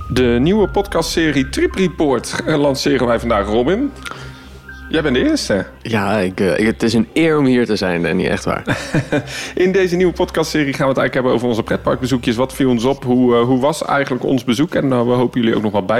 De nieuwe podcastserie Trip Report lanceren wij vandaag, Robin. Jij bent de eerste. Ja, het is een eer om hier te zijn, Danny, echt waar. In deze nieuwe podcastserie gaan we het eigenlijk hebben over onze pretparkbezoekjes. Wat viel ons op? Hoe was eigenlijk ons bezoek? En we hopen jullie ook nog wat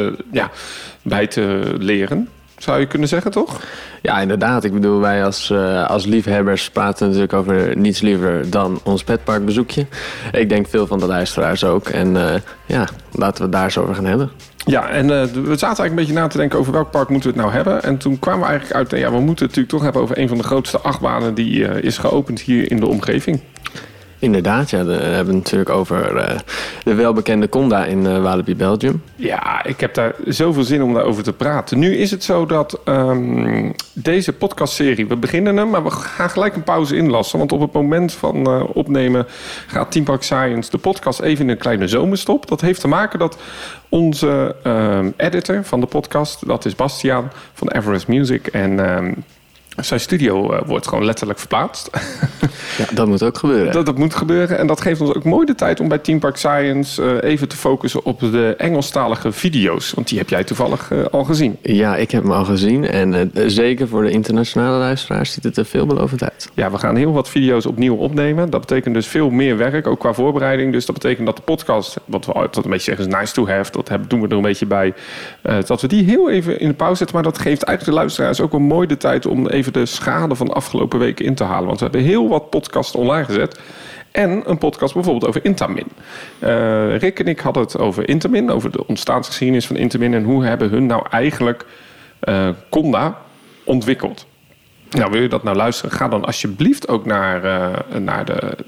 bij te leren. Zou je kunnen zeggen, toch? Ja, inderdaad. Ik bedoel, wij als liefhebbers praten natuurlijk over niets liever dan ons pretparkbezoekje. Ik denk veel van de luisteraars ook. En laten we het daar eens over gaan hebben. Ja, en we zaten eigenlijk een beetje na te denken over welk park moeten we het nou hebben. En toen kwamen we eigenlijk uit, we moeten het natuurlijk toch hebben over een van de grootste achtbanen die is geopend hier in de omgeving. Inderdaad, ja. We hebben het natuurlijk over de welbekende Conda in Walibi Belgium. Ja, ik heb daar zoveel zin om daarover te praten. Nu is het zo dat deze podcastserie, we beginnen hem, maar we gaan gelijk een pauze inlassen. Want op het moment van opnemen gaat Theme Park Science de podcast even in een kleine zomerstop. Dat heeft te maken dat onze editor van de podcast, dat is Bastiaan van Everest Music. En zijn studio wordt gewoon letterlijk verplaatst. Ja, dat moet ook gebeuren. Dat moet gebeuren. En dat geeft ons ook mooi de tijd om bij Theme Park Science even te focussen op de Engelstalige video's. Want die heb jij toevallig al gezien. Ja, ik heb hem al gezien. En zeker voor de internationale luisteraars ziet het er veelbelovend uit. Ja, we gaan heel wat video's opnieuw opnemen. Dat betekent dus veel meer werk, ook qua voorbereiding. Dus dat betekent dat de podcast, wat we altijd een beetje zeggen is nice to have, doen we er een beetje bij. Dat we die heel even in de pauze zetten. Maar dat geeft eigenlijk de luisteraars ook wel mooi de tijd om even de schade van de afgelopen weken in te halen. Want we hebben heel wat podcasts online gezet. En een podcast bijvoorbeeld over Intamin. Rick en ik hadden het over Intamin, over de ontstaansgeschiedenis van Intamin en hoe hebben hun nou eigenlijk Conda ontwikkeld. Nou, wil je dat nou luisteren? Ga dan alsjeblieft ook naar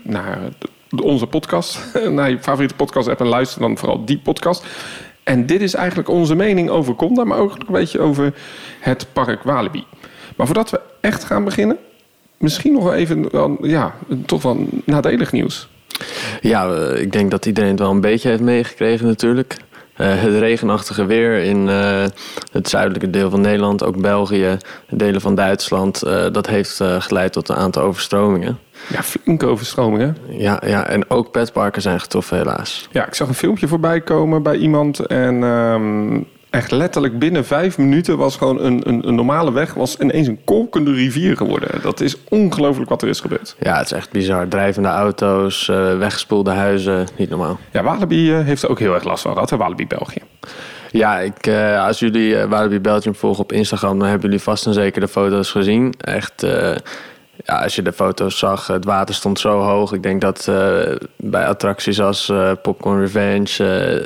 onze podcast, naar je favoriete podcast app en luister dan vooral die podcast. En dit is eigenlijk onze mening over Conda, maar ook een beetje over het park Walibi. Maar voordat we echt gaan beginnen, misschien nog wel even, toch wel nadelig nieuws. Ja, ik denk dat iedereen het wel een beetje heeft meegekregen natuurlijk. Het regenachtige weer in het zuidelijke deel van Nederland, ook België, delen van Duitsland, dat heeft geleid tot een aantal overstromingen. Ja, flinke overstromingen. Ja, en ook petparken zijn getroffen helaas. Ja, ik zag een filmpje voorbij komen bij iemand en echt letterlijk binnen 5 minuten was gewoon een normale weg was ineens een kolkende rivier geworden. Dat is ongelooflijk wat er is gebeurd. Ja, het is echt bizar. Drijvende auto's, weggespoelde huizen, niet normaal. Ja, Walibi heeft er ook heel erg last van gehad, hè, Walibi België. Ja, als jullie Walibi Belgium volgen op Instagram, dan hebben jullie vast en zeker de foto's gezien. Echt, als je de foto's zag, het water stond zo hoog. Ik denk dat bij attracties als Popcorn Revenge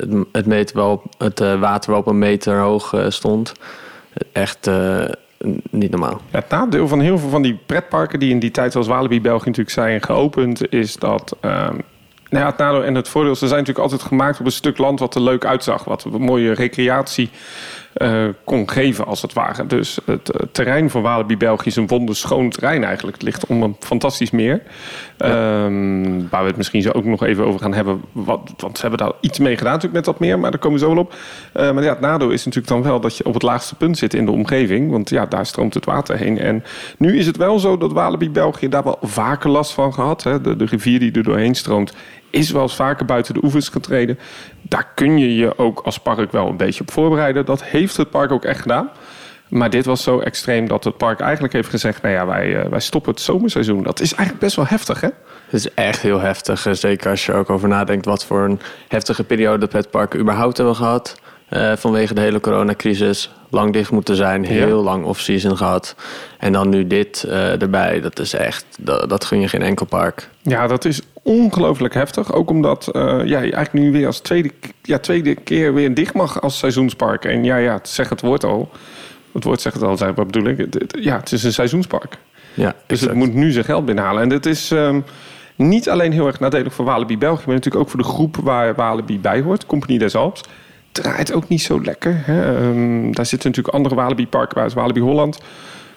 het water wel op een meter hoog stond. Echt niet normaal. Ja, het nadeel van heel veel van die pretparken die in die tijd zoals Walibi België natuurlijk zijn geopend, is dat het nadeel en het voordeel, ze zijn natuurlijk altijd gemaakt op een stuk land wat er leuk uitzag, wat een mooie recreatie kon geven als het ware. Dus het terrein van Walibi België is een wonderschoon terrein eigenlijk. Het ligt om een fantastisch meer. Ja. Waar we het misschien zo ook nog even over gaan hebben. Want ze hebben daar iets mee gedaan natuurlijk met dat meer, maar daar komen we zo wel op. Maar ja, het nadeel is natuurlijk dan wel dat je op het laagste punt zit in de omgeving. Want ja, daar stroomt het water heen. En nu is het wel zo dat Walibi België daar wel vaker last van gehad. Hè. De rivier die er doorheen stroomt is wel eens vaker buiten de oevers getreden. Daar kun je je ook als park wel een beetje op voorbereiden. Dat heeft het park ook echt gedaan. Maar dit was zo extreem dat het park eigenlijk heeft gezegd, wij stoppen het zomerseizoen. Dat is eigenlijk best wel heftig, hè? Het is echt heel heftig. Zeker als je ook over nadenkt wat voor een heftige periode de pretparken überhaupt hebben gehad. Vanwege de hele coronacrisis. Lang dicht moeten zijn. Heel lang off-season gehad. En dan nu dit erbij. Dat is echt, dat gun je geen enkel park. Ja, dat is ongelooflijk heftig. Ook omdat je eigenlijk nu weer als tweede keer weer dicht mag als seizoenspark. En zeg het woord al. Het woord zegt het al, wat bedoel ik? Het is een seizoenspark. Ja, dus het moet nu zijn geld binnenhalen. En dit is niet alleen heel erg nadelig voor Walibi België, maar natuurlijk ook voor de groep waar Walibi bij hoort. Compagnie des Alpes. Draait ook niet zo lekker. Hè? Daar zitten natuurlijk andere Walibi-parken bij, als Walibi Holland.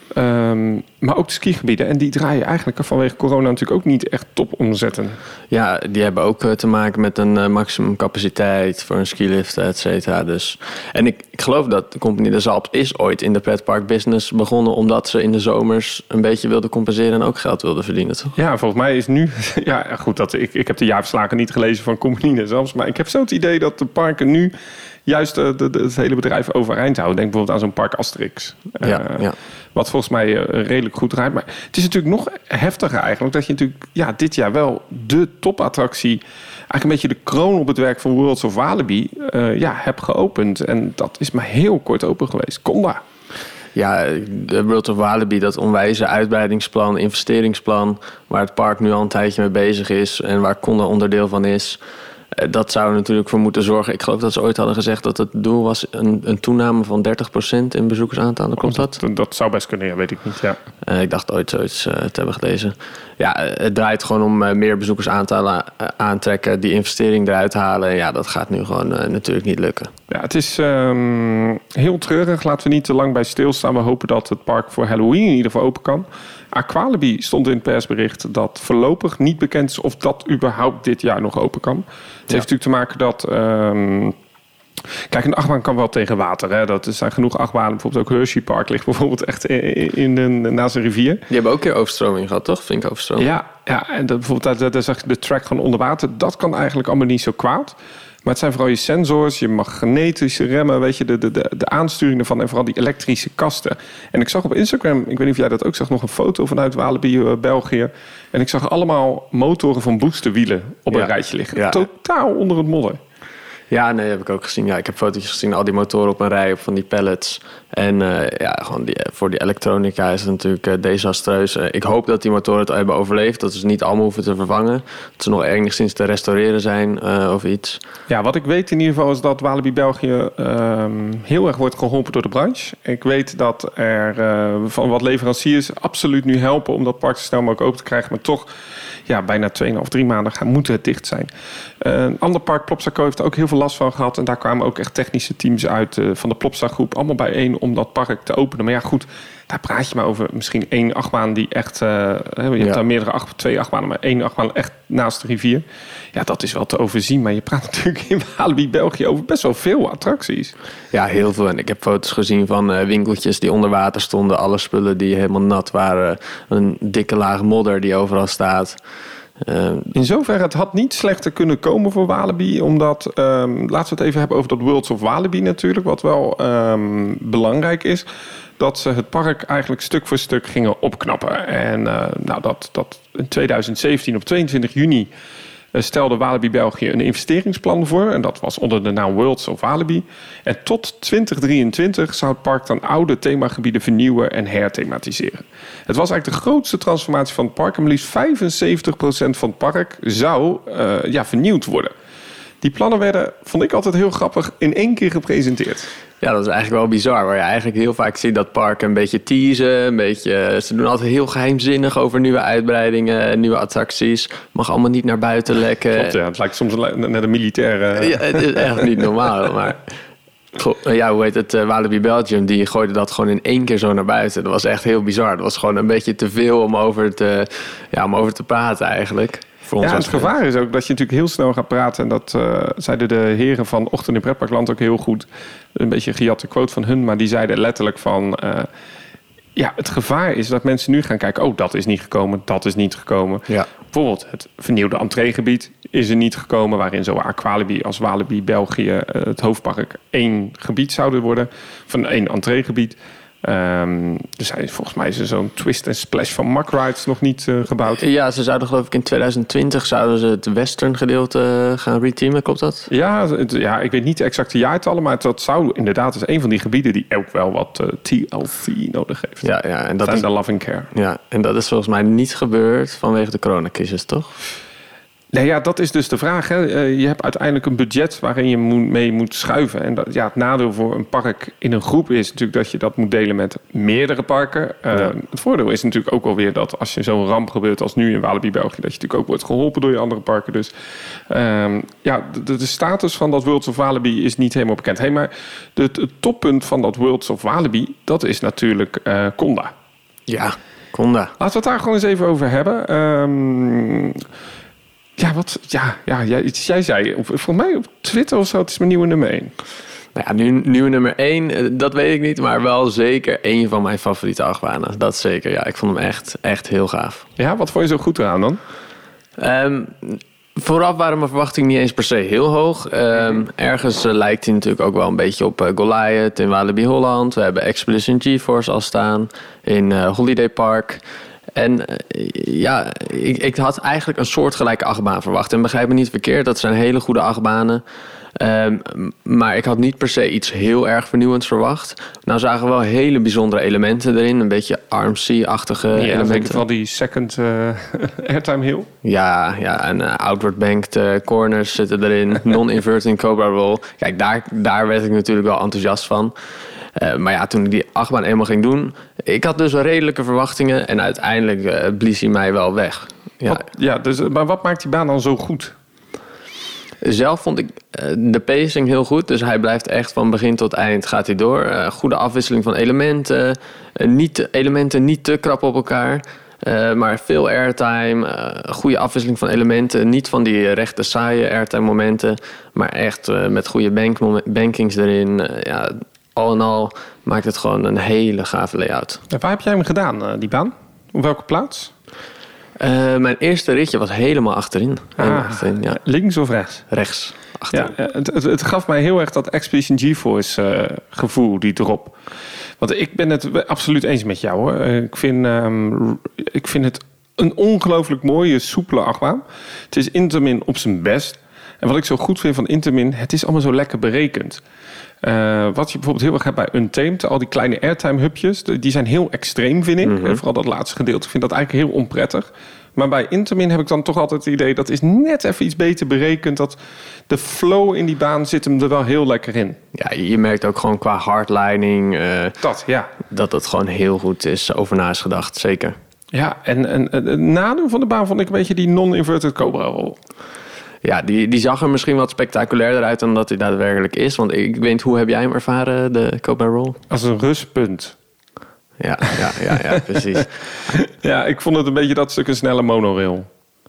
Maar ook de skigebieden. En die draaien eigenlijk vanwege corona natuurlijk ook niet echt top omzetten. Ja, die hebben ook te maken met een maximumcapaciteit voor een skilift, et cetera. Dus. En ik geloof dat de Compagnie des Alpes is ooit in de pretparkbusiness begonnen, omdat ze in de zomers een beetje wilden compenseren en ook geld wilden verdienen, toch? Ja, volgens mij is nu... Ja, goed, ik heb de jaarverslagen niet gelezen van Compagnie des Alpes, maar ik heb zo het idee dat de parken nu juist het hele bedrijf overeind houden. Denk bijvoorbeeld aan zo'n park Asterix. Ja. Wat volgens mij redelijk goed draait. Maar het is natuurlijk nog heftiger eigenlijk, dat je natuurlijk dit jaar wel de topattractie, eigenlijk een beetje de kroon op het werk van Worlds of Walibi, hebt geopend. En dat is maar heel kort open geweest. Conda. Ja, de World of Walibi, dat onwijze uitbreidingsplan, investeringsplan, waar het park nu al een tijdje mee bezig is en waar Conda onderdeel van is. Dat zou er natuurlijk voor moeten zorgen. Ik geloof dat ze ooit hadden gezegd dat het doel was een toename van 30% in bezoekersaantallen. Klopt dat? Dat zou best kunnen, ja, weet ik niet. Ja. Ik dacht ooit zoiets te hebben gelezen. Ja, het draait gewoon om meer bezoekersaantallen aantrekken, die investering eruit halen. Ja, dat gaat nu gewoon natuurlijk niet lukken. Ja, het is heel treurig. Laten we niet te lang bij stilstaan. We hopen dat het park voor Halloween in ieder geval open kan. Aqualibi stond in het persbericht dat voorlopig niet bekend is of dat überhaupt dit jaar nog open kan. Het heeft natuurlijk te maken dat... Kijk, een achtbaan kan wel tegen water. Hè? Dat zijn genoeg achtbanen. Bijvoorbeeld ook Hershey Park ligt bijvoorbeeld echt naast een rivier. Die hebben ook een keer overstroming gehad, toch? Vinkoverstroming. Ja, en bijvoorbeeld daar zag je de track gewoon onder water. Dat kan eigenlijk allemaal niet zo kwaad. Maar het zijn vooral je sensors, je magnetische remmen, weet je, de aansturing ervan en vooral die elektrische kasten. En ik zag op Instagram, ik weet niet of jij dat ook zag, nog een foto vanuit Walibi, België. En ik zag allemaal motoren van boosterwielen op een rijtje liggen. Ja. Totaal onder het modder. Ja, nee, heb ik ook gezien. Ja, ik heb fotootjes gezien, al die motoren op een rij, op van die pallets. En gewoon voor die elektronica is het natuurlijk desastreus. Ik hoop dat die motoren het hebben overleefd. Dat ze niet allemaal hoeven te vervangen. Dat ze nog enigszins te restaureren zijn of iets. Ja, wat ik weet in ieder geval is dat Walibi België heel erg wordt geholpen door de branche. Ik weet dat er van wat leveranciers absoluut nu helpen om dat park zo snel mogelijk open te krijgen. Maar toch, bijna 2,5, 3 maanden moeten het dicht zijn. Een ander park, Plopsaco, heeft er ook heel veel last van gehad. En daar kwamen ook echt technische teams uit van de Plopsa groep. Allemaal bijeen om dat park te openen. Maar ja, goed, daar praat je maar over misschien 1 achtbaan die echt... je hebt daar meerdere 2 achtbanen, maar 1 achtbaan echt naast de rivier. Ja, dat is wel te overzien. Maar je praat natuurlijk in Walibi België over best wel veel attracties. Ja, heel veel. En ik heb foto's gezien van winkeltjes die onder water stonden. Alle spullen die helemaal nat waren. Een dikke laag modder die overal staat. In zoverre, het had niet slechter kunnen komen voor Walibi. Omdat, laten we het even hebben over dat Worlds of Walibi natuurlijk. Wat wel belangrijk is. Dat ze het park eigenlijk stuk voor stuk gingen opknappen. En dat in 2017 op 22 juni... stelde Walibi België een investeringsplan voor. En dat was onder de naam Worlds of Walibi. En tot 2023 zou het park dan oude themagebieden vernieuwen en herthematiseren. Het was eigenlijk de grootste transformatie van het park. En maar liefst 75% van het park zou vernieuwd worden. Die plannen werden, vond ik altijd heel grappig, in 1 keer gepresenteerd. Ja, dat is eigenlijk wel bizar. Waar je eigenlijk heel vaak ziet dat parken een beetje teasen. Ze doen altijd heel geheimzinnig over nieuwe uitbreidingen, nieuwe attracties. Mag allemaal niet naar buiten lekken. Klopt, ja. Het lijkt soms net een militaire... Ja, het is echt niet normaal, maar... Ja, hoe heet het? Walibi Belgium, die gooide dat gewoon in 1 keer zo naar buiten. Dat was echt heel bizar. Dat was gewoon een beetje te veel om over te praten eigenlijk. Ja, het gevaar is ook dat je natuurlijk heel snel gaat praten. En dat zeiden de heren van Ochtend in Pretparkland ook heel goed. Een beetje een gejatte quote van hun. Maar die zeiden letterlijk van... het gevaar is dat mensen nu gaan kijken... oh, dat is niet gekomen, dat is niet gekomen. Ja. Bijvoorbeeld het vernieuwde entreegebied is er niet gekomen... waarin zowel Aqualibi als Walibi België het hoofdpark 1 gebied zouden worden. Van 1 entreegebied. Volgens mij is er zo'n twist en splash van Mack Rides nog niet gebouwd. Ja, ze zouden geloof ik in 2020 zouden ze het western gedeelte gaan reteamen, klopt dat? Ja, ik weet niet de exacte jaartallen, maar dat zou inderdaad is een van die gebieden die ook wel wat TLC nodig heeft. Ja, en dat is de Loving Care. Ja, en dat is volgens mij niet gebeurd vanwege de coronacrisis, toch? Nou ja, dat is dus de vraag. Hè. Je hebt uiteindelijk een budget waarin je mee moet schuiven. En het nadeel voor een park in een groep is natuurlijk dat je dat moet delen met meerdere parken. Het voordeel is natuurlijk ook alweer dat als je zo'n ramp gebeurt als nu in Walibi België, dat je natuurlijk ook wordt geholpen door je andere parken. Dus de status van dat Worlds of Walibi is niet helemaal bekend. Maar het toppunt van dat Worlds of Walibi, dat is natuurlijk Conda. Ja, Conda. Laten we het daar gewoon eens even over hebben. Jij zei, volgens mij op Twitter of zo, het is mijn nieuwe nummer 1. Nou ja, nieuwe nummer 1, dat weet ik niet. Maar wel zeker een van mijn favoriete achtbanen. Dat zeker, ja. Ik vond hem echt heel gaaf. Ja, wat vond je zo goed eraan dan? Vooraf waren mijn verwachtingen niet eens per se heel hoog. Ergens lijkt hij natuurlijk ook wel een beetje op Goliath in Walibi Holland. We hebben Expedition GeForce al staan in Holiday Park. En ik had eigenlijk een soortgelijke achtbaan verwacht. En begrijp me niet verkeerd, dat zijn hele goede achtbanen. Maar ik had niet per se iets heel erg vernieuwends verwacht. Nou zagen we wel hele bijzondere elementen erin. Een beetje RMC-achtige elementen. Zeker van die second airtime hill. Ja, en outward banked corners zitten erin. Non-inverting Cobra Roll. Kijk, daar werd ik natuurlijk wel enthousiast van. Maar ja, toen ik die achtbaan eenmaal ging doen... Ik had dus redelijke verwachtingen. En uiteindelijk blies hij mij wel weg. Ja. Maar wat maakt die baan dan zo goed? Zelf vond ik de pacing heel goed. Dus hij blijft echt van begin tot eind gaat hij door. Goede afwisseling van elementen. Elementen niet te krap op elkaar. Maar veel airtime. Goede afwisseling van elementen. Niet van die rechte saaie airtime momenten. Maar echt met goede bankings erin. Al in al maakt het gewoon een hele gave layout. En waar heb jij hem gedaan, die baan? Op welke plaats? Mijn eerste ritje was helemaal achterin. Ja. Links of rechts? Rechts. Achterin. Ja, het gaf mij heel erg dat Expedition GeForce gevoel, die drop. Want ik ben het absoluut eens met jou, hoor. Ik vind het een ongelooflijk mooie, soepele achtbaan. Het is Intamin op zijn best. En wat ik zo goed vind van Intamin, het is allemaal zo lekker berekend. Wat je bijvoorbeeld heel erg hebt bij Untamed, al die kleine airtime hubjes, die zijn heel extreem, vind ik. Mm-hmm. Vooral dat laatste gedeelte, ik vind dat eigenlijk heel onprettig. Maar bij Intamin heb ik dan toch altijd het idee, dat is net even iets beter berekend. Dat de flow in die baan zit hem er wel heel lekker in. Ja, je merkt ook gewoon qua hardlining dat het gewoon heel goed is, over na is gedacht, zeker. Ja, en het nadeel van de baan vond ik een beetje die non-inverted Cobra roll. Ja, die zag er misschien wat spectaculairder uit dan dat hij daadwerkelijk is. Want ik weet niet, hoe heb jij hem ervaren, de Cobra Roll? Als een rustpunt. Ja, precies. Ja, ik vond het een beetje dat stuk een snelle monorail.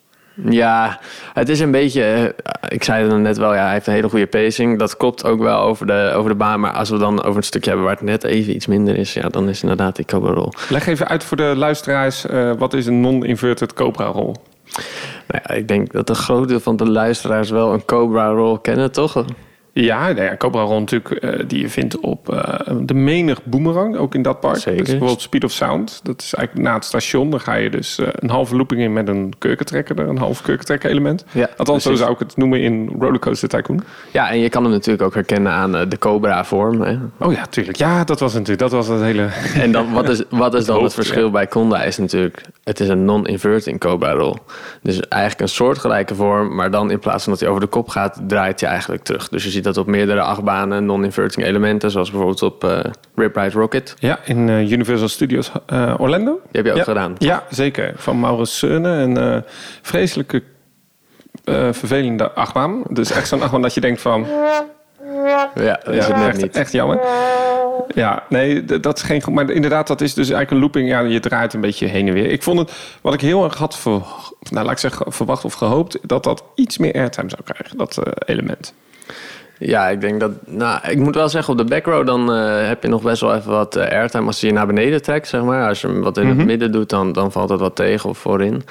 Ja, het is een beetje... ik zei het net wel, hij heeft een hele goede pacing. Dat klopt ook wel over de baan. Maar als we dan over een stukje hebben waar het net even iets minder is... ja, dan is inderdaad die Cobra Roll. Leg even uit voor de luisteraars, wat is een non-inverted Cobra Roll? Nou ja, ik denk dat de groot deel van de luisteraars wel een Cobra Roll kennen, toch? Ja, Cobra Roll natuurlijk, die je vindt op de menig Boomerang, ook in dat park. Zeker. Dus bijvoorbeeld Speed of Sound. Dat is eigenlijk na het station. Dan ga je dus een halve looping in met een kurkentrekker, een half kurkentrekker element. Ja, althans, zo zou ik het noemen in Rollercoaster Tycoon. Ja, en je kan hem natuurlijk ook herkennen aan de Cobra vorm. Hè? Oh ja, tuurlijk. Ja, dat was het hele... En dan, wat is dan het verschil bij Conda is natuurlijk... het is een non-inverting Cobra Roll. Dus eigenlijk een soortgelijke vorm... maar dan in plaats van dat hij over de kop gaat... draait hij eigenlijk terug. Dus je ziet dat op meerdere achtbanen non-inverting elementen... zoals bijvoorbeeld op Rip Ride Rocket. Ja, in Universal Studios Orlando. Die heb je ook gedaan. Ja, zeker. Van Maurits Seune. Een vreselijke vervelende achtbaan. Dus echt zo'n achtbaan dat je denkt van... Ja, dat is het net niet. Echt jammer. Ja, nee, dat is geen goed. Maar inderdaad, dat is dus eigenlijk een looping. Ja, je draait een beetje heen en weer. Ik vond het, wat ik heel erg had verwacht of gehoopt... dat iets meer airtime zou krijgen, dat element. Ja, ik denk dat... Nou, ik moet wel zeggen, op de backrow dan heb je nog best wel even wat airtime. Als je je naar beneden trekt, zeg maar. Als je hem wat in het midden doet, dan valt het wat tegen of voorin.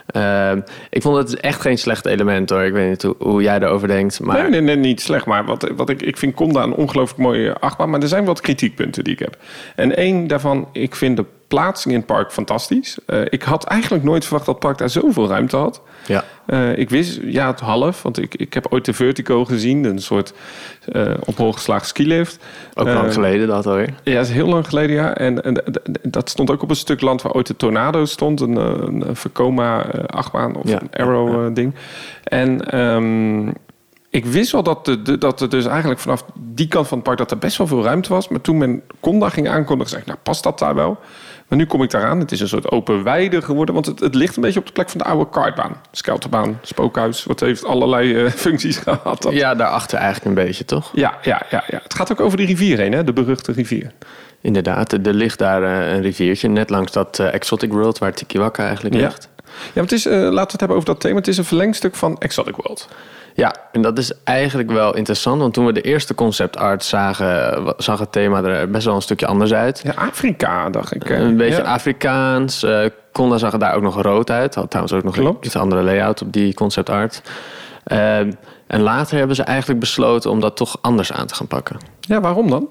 Ik vond het echt geen slecht element, hoor. Ik weet niet hoe jij daarover denkt. Maar... Nee, niet slecht. Maar ik vind Conda een ongelooflijk mooie achtbaan. Maar er zijn wat kritiekpunten die ik heb. En één daarvan, ik vind de plaatsing in het park fantastisch. Ik had eigenlijk nooit verwacht dat het park daar zoveel ruimte had. Ja. Ik wist, het half. Want ik heb ooit de Vertigo gezien. Een soort op hooggeslagen skilift. Ook lang geleden dat alweer. Ja, dat is heel lang geleden, ja. En dat stond ook op een stuk land waar ooit de Tornado stond. Een Vekoma achtbaan of een Arrow ding. En Ik wist wel dat er dus eigenlijk vanaf die kant van het park... dat er best wel veel ruimte was. Maar toen men Conda ging aankondigen, zei ik... nou, past dat daar wel? Maar nu kom ik daaraan. Het is een soort open weide geworden. Want het ligt een beetje op de plek van de oude kartbaan. Skelterbaan, spookhuis. Wat heeft allerlei functies gehad. Ja, daarachter eigenlijk een beetje, toch? Ja. Het gaat ook over die rivier heen, hè? De beruchte rivier. Inderdaad, er ligt daar een riviertje. Net langs dat Exotic World, waar Tikiwaka eigenlijk ligt. Ja, maar het is, laten we het hebben over dat thema. Het is een verlengstuk van Exotic World. Ja, en dat is eigenlijk wel interessant. Want toen we de eerste concept art zagen, zag het thema er best wel een stukje anders uit. Ja, Afrika, dacht ik. Een beetje Afrikaans. Conda zag er daar ook nog rood uit. Had trouwens ook nog een iets andere layout op die concept art. En later hebben ze eigenlijk besloten om dat toch anders aan te gaan pakken. Ja, waarom dan?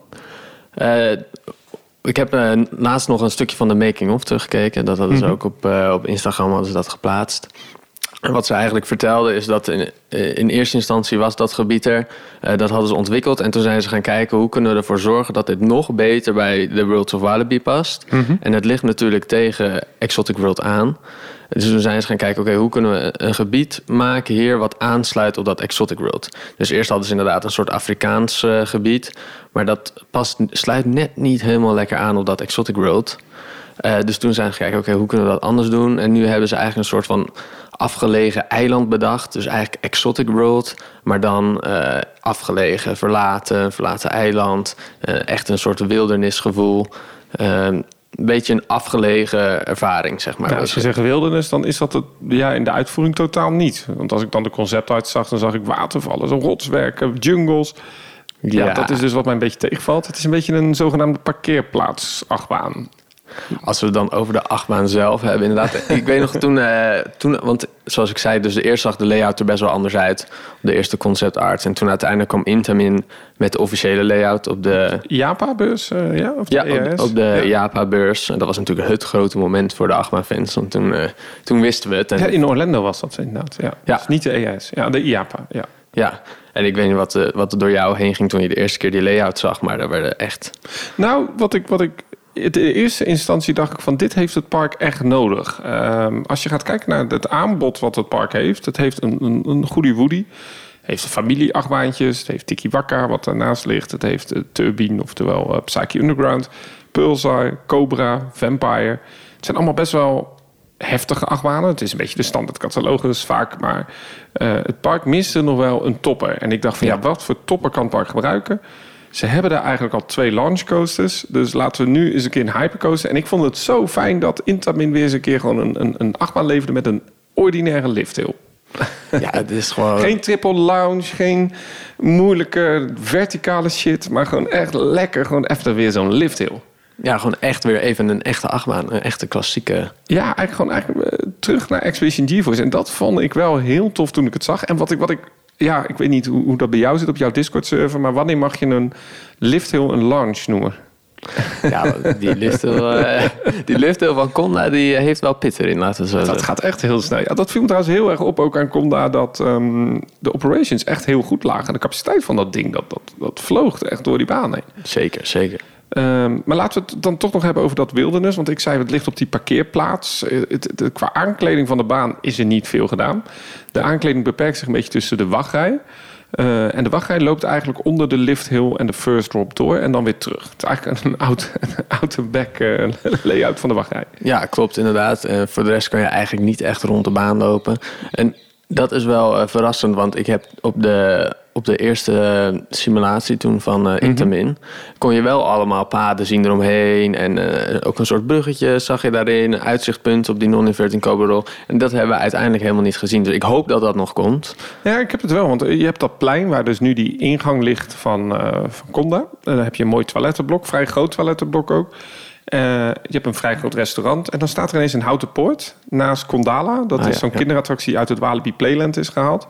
Ik heb laatst nog een stukje van de making-of teruggekeken. Dat hadden ze ook op Instagram hadden ze dat geplaatst. En wat ze eigenlijk vertelden is dat in eerste instantie was dat gebied er. Dat hadden ze ontwikkeld. En toen zijn ze gaan kijken hoe kunnen we ervoor zorgen dat dit nog beter bij The Worlds of Walibi past. En het ligt natuurlijk tegen Exotic World aan. Dus toen zijn ze gaan kijken, oké, hoe kunnen we een gebied maken hier wat aansluit op dat Exotic World. Dus eerst hadden ze inderdaad een soort Afrikaans gebied. Maar dat sluit net niet helemaal lekker aan op dat Exotic World. Dus toen zijn ze gaan kijken, oké, hoe kunnen we dat anders doen? En nu hebben ze eigenlijk een soort van afgelegen eiland bedacht. Dus eigenlijk Exotic World, maar dan afgelegen, verlaten eiland. Echt een soort wildernisgevoel. Een beetje een afgelegen ervaring, zeg maar. Ja, als je zegt wildernis, dan is dat in de uitvoering totaal niet. Want als ik dan de conceptart zag, dan zag ik watervallen, zo rotswerken, jungles. Ja, dat is dus wat mij een beetje tegenvalt. Het is een beetje een zogenaamde parkeerplaats-achtbaan. Als we het dan over de achtbaan zelf hebben, inderdaad. Ik weet nog toen, want zoals ik zei, dus eerst zag de layout er best wel anders uit. Op de eerste concept art. En toen uiteindelijk kwam Intamin met de officiële layout op de Japa-beurs, Of de EAS? Op de Japa-beurs. En dat was natuurlijk het grote moment voor de achtbaanfans. Want toen wisten we het. En in Orlando was dat inderdaad. Ja. Dus niet de EAS, de IAPA. Ja, en ik weet niet wat er door jou heen ging toen je de eerste keer die layout zag. Maar daar werden echt... Nou, wat ik in de eerste instantie dacht ik van dit heeft het park echt nodig. Als je gaat kijken naar het aanbod wat het park heeft. Het heeft een goede woody. Het heeft familie-achtbaantjes. Het heeft Tikiwaka wat daarnaast ligt. Het heeft Turbine, oftewel Psyche Underground. Pulsar, Cobra, Vampire. Het zijn allemaal best wel heftige achtbanen. Het is een beetje de standaard catalogus vaak. Maar het park miste nog wel een topper. En ik dacht van wat voor topper kan het park gebruiken? Ze hebben daar eigenlijk al 2 launch coasters. Dus laten we nu eens een keer een hypercoaster. En ik vond het zo fijn dat Intamin weer eens een keer gewoon een achtbaan leverde met een ordinaire lifthill. Ja, het is gewoon... Geen triple lounge, geen moeilijke verticale shit. Maar gewoon echt lekker, gewoon even weer zo'n lifthill. Ja, gewoon echt weer even een echte achtbaan. Een echte klassieke... Ja, eigenlijk terug naar Expedition GeForce. En dat vond ik wel heel tof toen ik het zag. En wat ik ja, ik weet niet hoe dat bij jou zit op jouw Discord-server... maar wanneer mag je een lifthill een launch noemen? Ja, die lifthill van Conda die heeft wel pit erin, laten we zo zeggen. Dat gaat echt heel snel. Ja, dat viel me trouwens heel erg op ook aan Conda... dat de operations echt heel goed lagen. De capaciteit van dat ding, dat vloog echt door die baan heen. Zeker. Maar laten we het dan toch nog hebben over dat wildernis. Want ik zei, het ligt op die parkeerplaats. Qua aankleding van de baan is er niet veel gedaan. De aankleding beperkt zich een beetje tussen de wachtrij. En de wachtrij loopt eigenlijk onder de lifthill en de first drop door. En dan weer terug. Het is eigenlijk een out-back layout van de wachtrij. Ja, klopt inderdaad. Voor de rest kan je eigenlijk niet echt rond de baan lopen. En dat is wel verrassend, want ik heb op de eerste simulatie toen van Intamin... kon je wel allemaal paden zien eromheen. En ook een soort bruggetje zag je daarin. Een uitzichtpunt op die non-inverting cobra roll. En dat hebben we uiteindelijk helemaal niet gezien. Dus ik hoop dat dat nog komt. Ja, ik heb het wel. Want je hebt dat plein waar dus nu die ingang ligt van Conda. Dan heb je een mooi toilettenblok. Vrij groot toilettenblok ook. Je hebt een vrij groot restaurant. En dan staat er ineens een houten poort naast Kondala. Dat is zo'n kinderattractie uit het Walibi Playland is gehaald.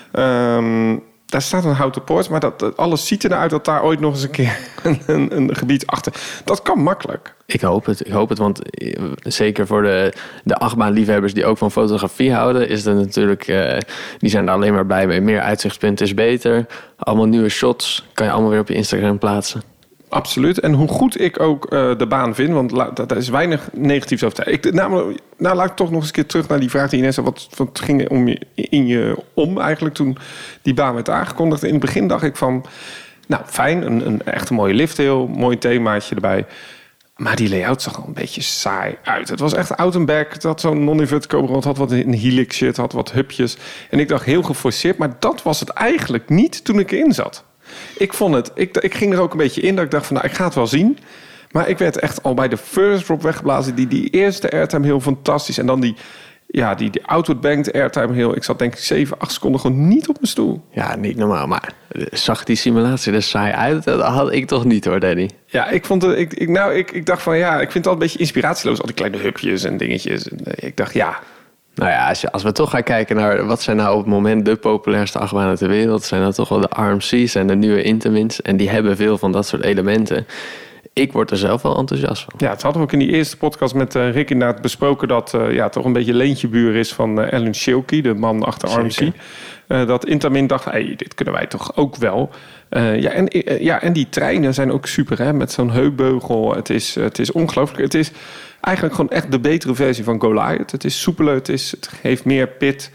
Daar staat een houten poort, maar alles ziet eruit dat daar ooit nog eens een keer een gebied achter. Dat kan makkelijk. Ik hoop het, want zeker voor de achtbaanliefhebbers die ook van fotografie houden, is het natuurlijk, die zijn er alleen maar blij mee. Meer uitzichtspunten is beter. Allemaal nieuwe shots, kan je allemaal weer op je Instagram plaatsen. Absoluut. En hoe goed ik ook de baan vind, want daar is weinig negatiefs over te zeggen. Laat ik toch nog eens een keer terug naar die vraag die Inessa, wat ging in je om eigenlijk toen die baan werd aangekondigd. In het begin dacht ik van, nou fijn, een echt een mooie lifthill, mooi themaatje erbij. Maar die layout zag al een beetje saai uit. Het was echt out and back. Het had zo'n non-invert kober, het had wat een helix shit, had wat hupjes. En ik dacht heel geforceerd, maar dat was het eigenlijk niet toen ik erin zat. Ik ging er ook een beetje in dat ik dacht van, nou, ik ga het wel zien. Maar ik werd echt al bij de first drop weggeblazen. Die eerste airtime heel fantastisch. En dan die outward banked airtime heel. Ik zat denk ik 7, 8 seconden gewoon niet op mijn stoel. Ja, niet normaal. Maar zag die simulatie er saai uit? Dat had ik toch niet hoor, Danny. Ja, ik dacht van ja, ik vind het al een beetje inspiratieloos. Al die kleine hupjes en dingetjes. En, ik dacht ja. Nou ja, als we toch gaan kijken naar wat zijn nou op het moment de populairste achtbanen ter wereld, zijn dat toch wel de RMC's en de nieuwe Intamins. En die hebben veel van dat soort elementen. Ik word er zelf wel enthousiast van. Ja, het hadden we ook in die eerste podcast met Rick inderdaad besproken dat toch een beetje leentjebuur is van Alan Schilke, de man achter RMC. Dat Intamin dacht, hey, dit kunnen wij toch ook wel. En die treinen zijn ook super, hè? Met zo'n heupbeugel. Het is ongelooflijk. Het is eigenlijk gewoon echt de betere versie van Goliath. Het is soepeler, het geeft meer pit.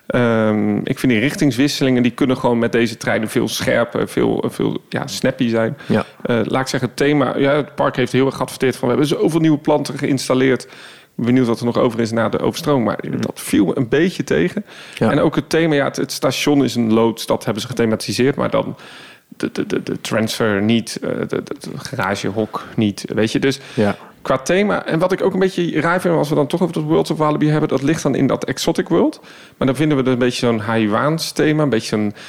Ik vind die richtingswisselingen, die kunnen gewoon met deze treinen veel scherper, veel snappy zijn. Ja. Laat ik zeggen, het thema, het park heeft heel erg geadverteerd van, we hebben zoveel nieuwe planten geïnstalleerd. Ik ben benieuwd wat er nog over is na de overstroom, maar dat viel me een beetje tegen. Ja. En ook het thema, het station is een loods, dat hebben ze gethematiseerd, maar dan de transfer niet, het garagehok niet, weet je. Dus qua thema, en wat ik ook een beetje raar vind, als we dan toch over het World of Walibi hebben, dat ligt dan in dat Exotic World. Maar dan vinden we er een beetje zo'n Haiwaans thema, een beetje zo'n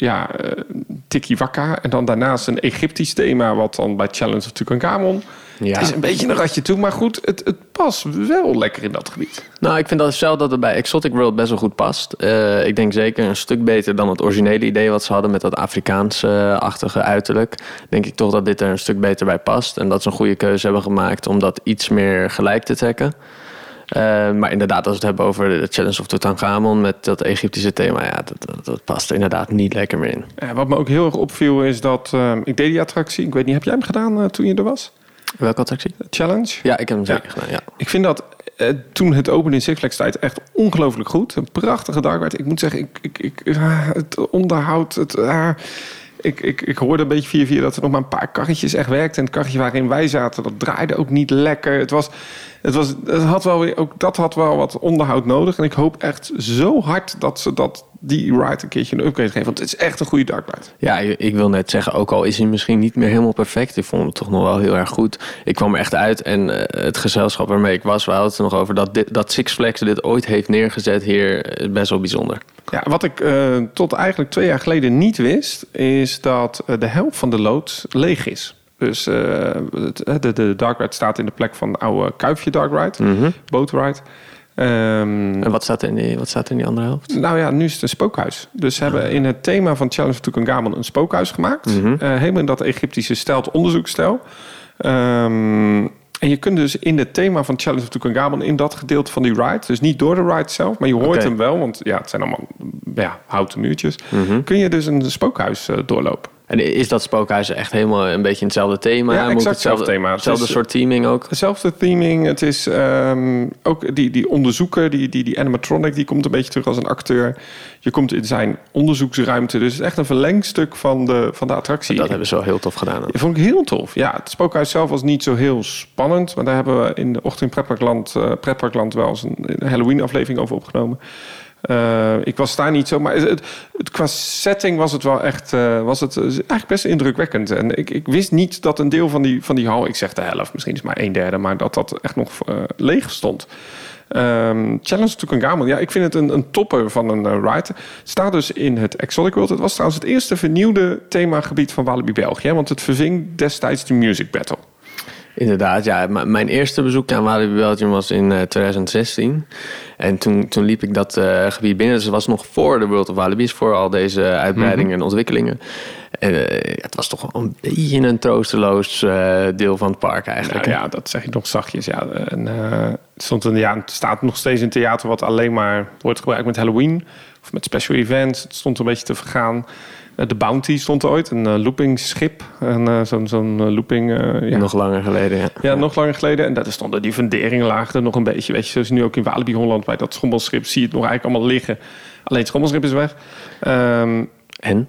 Tiki Waka. En dan daarnaast een Egyptisch thema, wat dan bij Challenge of Tutankhamon. Ja. Het is een beetje een ratje toe, maar goed, het past wel lekker in dat gebied. Nou, ik vind dat zelf dat het bij Exotic World best wel goed past. Ik denk zeker een stuk beter dan het originele idee wat ze hadden met dat Afrikaans-achtige uiterlijk. Denk ik toch dat dit er een stuk beter bij past. En dat ze een goede keuze hebben gemaakt om dat iets meer gelijk te trekken. Maar inderdaad, als we het hebben over de Challenge of Tutankhamon met dat Egyptische thema, dat past er inderdaad niet lekker meer in. Wat me ook heel erg opviel is dat, ik deed die attractie, ik weet niet, heb jij hem gedaan toen je er was? Welke attractie? Challenge? Ja, ik heb hem zeker gedaan, ja. Ik vind dat toen het opende in Six Flags tijd echt ongelooflijk goed. Een prachtige dark ride. Ik moet zeggen, het onderhoud, ik hoorde een beetje via dat er nog maar een paar karretjes echt werkten. En het karretje waarin wij zaten, dat draaide ook niet lekker. Dat had wel wat onderhoud nodig. En ik hoop echt zo hard dat ze die ride een keertje een upgrade geven. Want het is echt een goede dark ride. Ja, ik wil net zeggen, ook al is hij misschien niet meer helemaal perfect, ik vond hem toch nog wel heel erg goed. Ik kwam er echt uit en het gezelschap waarmee ik was, we hadden het er nog over dat Six Flags dit ooit heeft neergezet hier, is best wel bijzonder. Ja, wat ik tot eigenlijk 2 jaar geleden niet wist, is dat de helft van de loods leeg is. Dus de dark ride staat in de plek van de oude Kuifje dark ride, boat ride. En wat staat er in die andere helft? Nou ja, nu is het een spookhuis. Dus ze hebben in het thema van Challenge of Tutankhamon een spookhuis gemaakt. Helemaal in dat Egyptische stijl, het onderzoekstijl. En je kunt dus in het thema van Challenge of Tutankhamon in dat gedeelte van die ride, dus niet door de ride zelf, maar je hoort hem wel, want het zijn allemaal houten muurtjes, kun je dus een spookhuis doorlopen. En is dat spookhuis echt helemaal een beetje in hetzelfde thema? Ja, exact hetzelfde thema. Hetzelfde soort theming ook? Hetzelfde theming. Het is ook die onderzoeker, die animatronic, die komt een beetje terug als een acteur. Je komt in zijn onderzoeksruimte. Dus het is echt een verlengstuk van de attractie. Dat hebben ze wel heel tof gedaan. Dat vond ik heel tof. Ja, het spookhuis zelf was niet zo heel spannend. Maar daar hebben we in de ochtend Pretparkland wel eens een Halloween-aflevering over opgenomen. Ik was daar niet zo, maar qua setting was het wel echt eigenlijk best indrukwekkend. En ik wist niet dat een deel van die hal, ik zeg de helft, misschien is maar 1/3, maar dat echt nog leeg stond. Challenge of Tutankhamon, ik vind het een topper van een ride. Het staat dus in het Exotic World. Het was trouwens het eerste vernieuwde themagebied van Walibi België, want het verving destijds de Music Battle. Inderdaad, ja. Mijn eerste bezoek aan Walibi Belgium was in 2016. En toen liep ik dat gebied binnen. Dus het was nog voor de World of Walibi's, voor al deze uitbreidingen en ontwikkelingen. En het was toch wel een beetje een troosteloos deel van het park eigenlijk. Nou, ja, dat zeg ik nog zachtjes. Ja. En, het staat nog steeds een theater wat alleen maar wordt gebruikt met Halloween of met special events. Het stond een beetje te vergaan. De Bounty stond er ooit, een loopingschip. Zo'n looping... Nog langer geleden, ja. Ja, nog langer geleden. En daar stonden die funderingen lagen er nog een beetje. Weet je, zoals nu ook in Walibi Holland bij dat schommelschip zie je het nog eigenlijk allemaal liggen. Alleen het schommelschip is weg. En?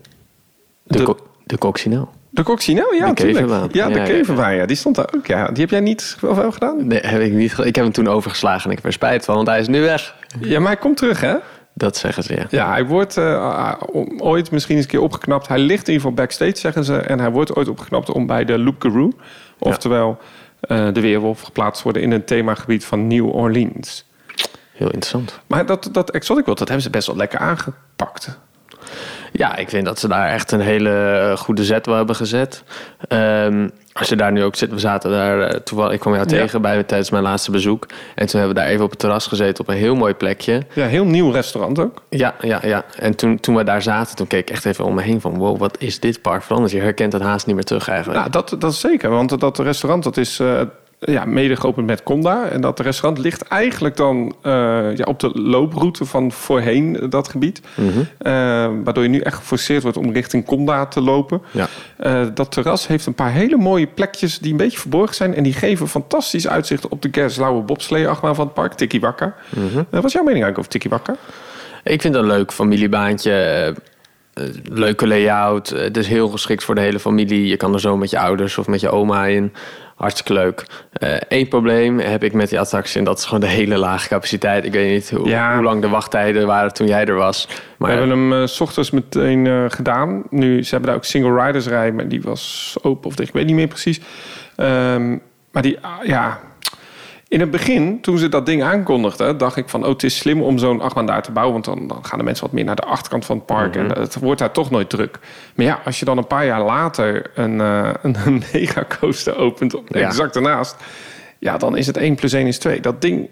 De Coccinelle. De Coccinelle, ja, natuurlijk. Ja, de Kevenbaan, ja. Die stond daar ook, ja. Die heb jij niet wel gedaan? Nee, heb ik niet. Ik heb hem toen overgeslagen en ik heb er spijt van, want hij is nu weg. Ja, maar hij komt terug, hè? Dat zeggen ze, ja. Ja, hij wordt ooit misschien eens een keer opgeknapt. Hij ligt in ieder geval backstage, zeggen ze. En hij wordt ooit opgeknapt om bij de Loop Garou, oftewel de Weerwolf, geplaatst te worden in een themagebied van New Orleans. Heel interessant. Maar dat Exotic World, dat hebben ze best wel lekker aangepakt. Ja, ik vind dat ze daar echt een hele goede zet wel hebben gezet. Als je daar nu ook zit, we zaten daar toevallig, ik kwam jou tegen tijdens mijn laatste bezoek. En toen hebben we daar even op het terras gezeten op een heel mooi plekje. Ja, heel nieuw restaurant ook. Ja. En toen we daar zaten, toen keek ik echt even om me heen van, wow, wat is dit park veranderd? Je herkent het haast niet meer terug eigenlijk. Nou, dat is zeker, want dat restaurant, dat is... mede geopend met Conda. En dat restaurant ligt eigenlijk dan op de looproute van voorheen dat gebied. Mm-hmm. Waardoor je nu echt geforceerd wordt om richting Conda te lopen. Ja. Dat terras heeft een paar hele mooie plekjes die een beetje verborgen zijn. En die geven fantastisch uitzicht op de Gerstlauwe bobslee-achtbaan van het park, Tiki Waka. Mm-hmm. Wat is jouw mening eigenlijk over Tiki Waka? Ik vind het een leuk familiebaantje. Leuke layout. Het is heel geschikt voor de hele familie. Je kan er zo met je ouders of met je oma in. Hartstikke leuk. Eén probleem heb ik met die attractie en dat is gewoon de hele lage capaciteit. Ik weet niet hoe lang de wachttijden waren toen jij er was. Maar we hebben hem 's ochtends meteen gedaan. Nu, ze hebben daar ook single riders rijden, maar die was open of dicht. Ik weet niet meer precies. Maar die, in het begin, toen ze dat ding aankondigden, dacht ik van, het is slim om zo'n achtbaan daar te bouwen, want dan gaan de mensen wat meer naar de achterkant van het park en het wordt daar toch nooit druk. Maar ja, als je dan een paar jaar later een megacoaster opent exact ernaast, dan is het 1 + 1 = 2. Dat ding,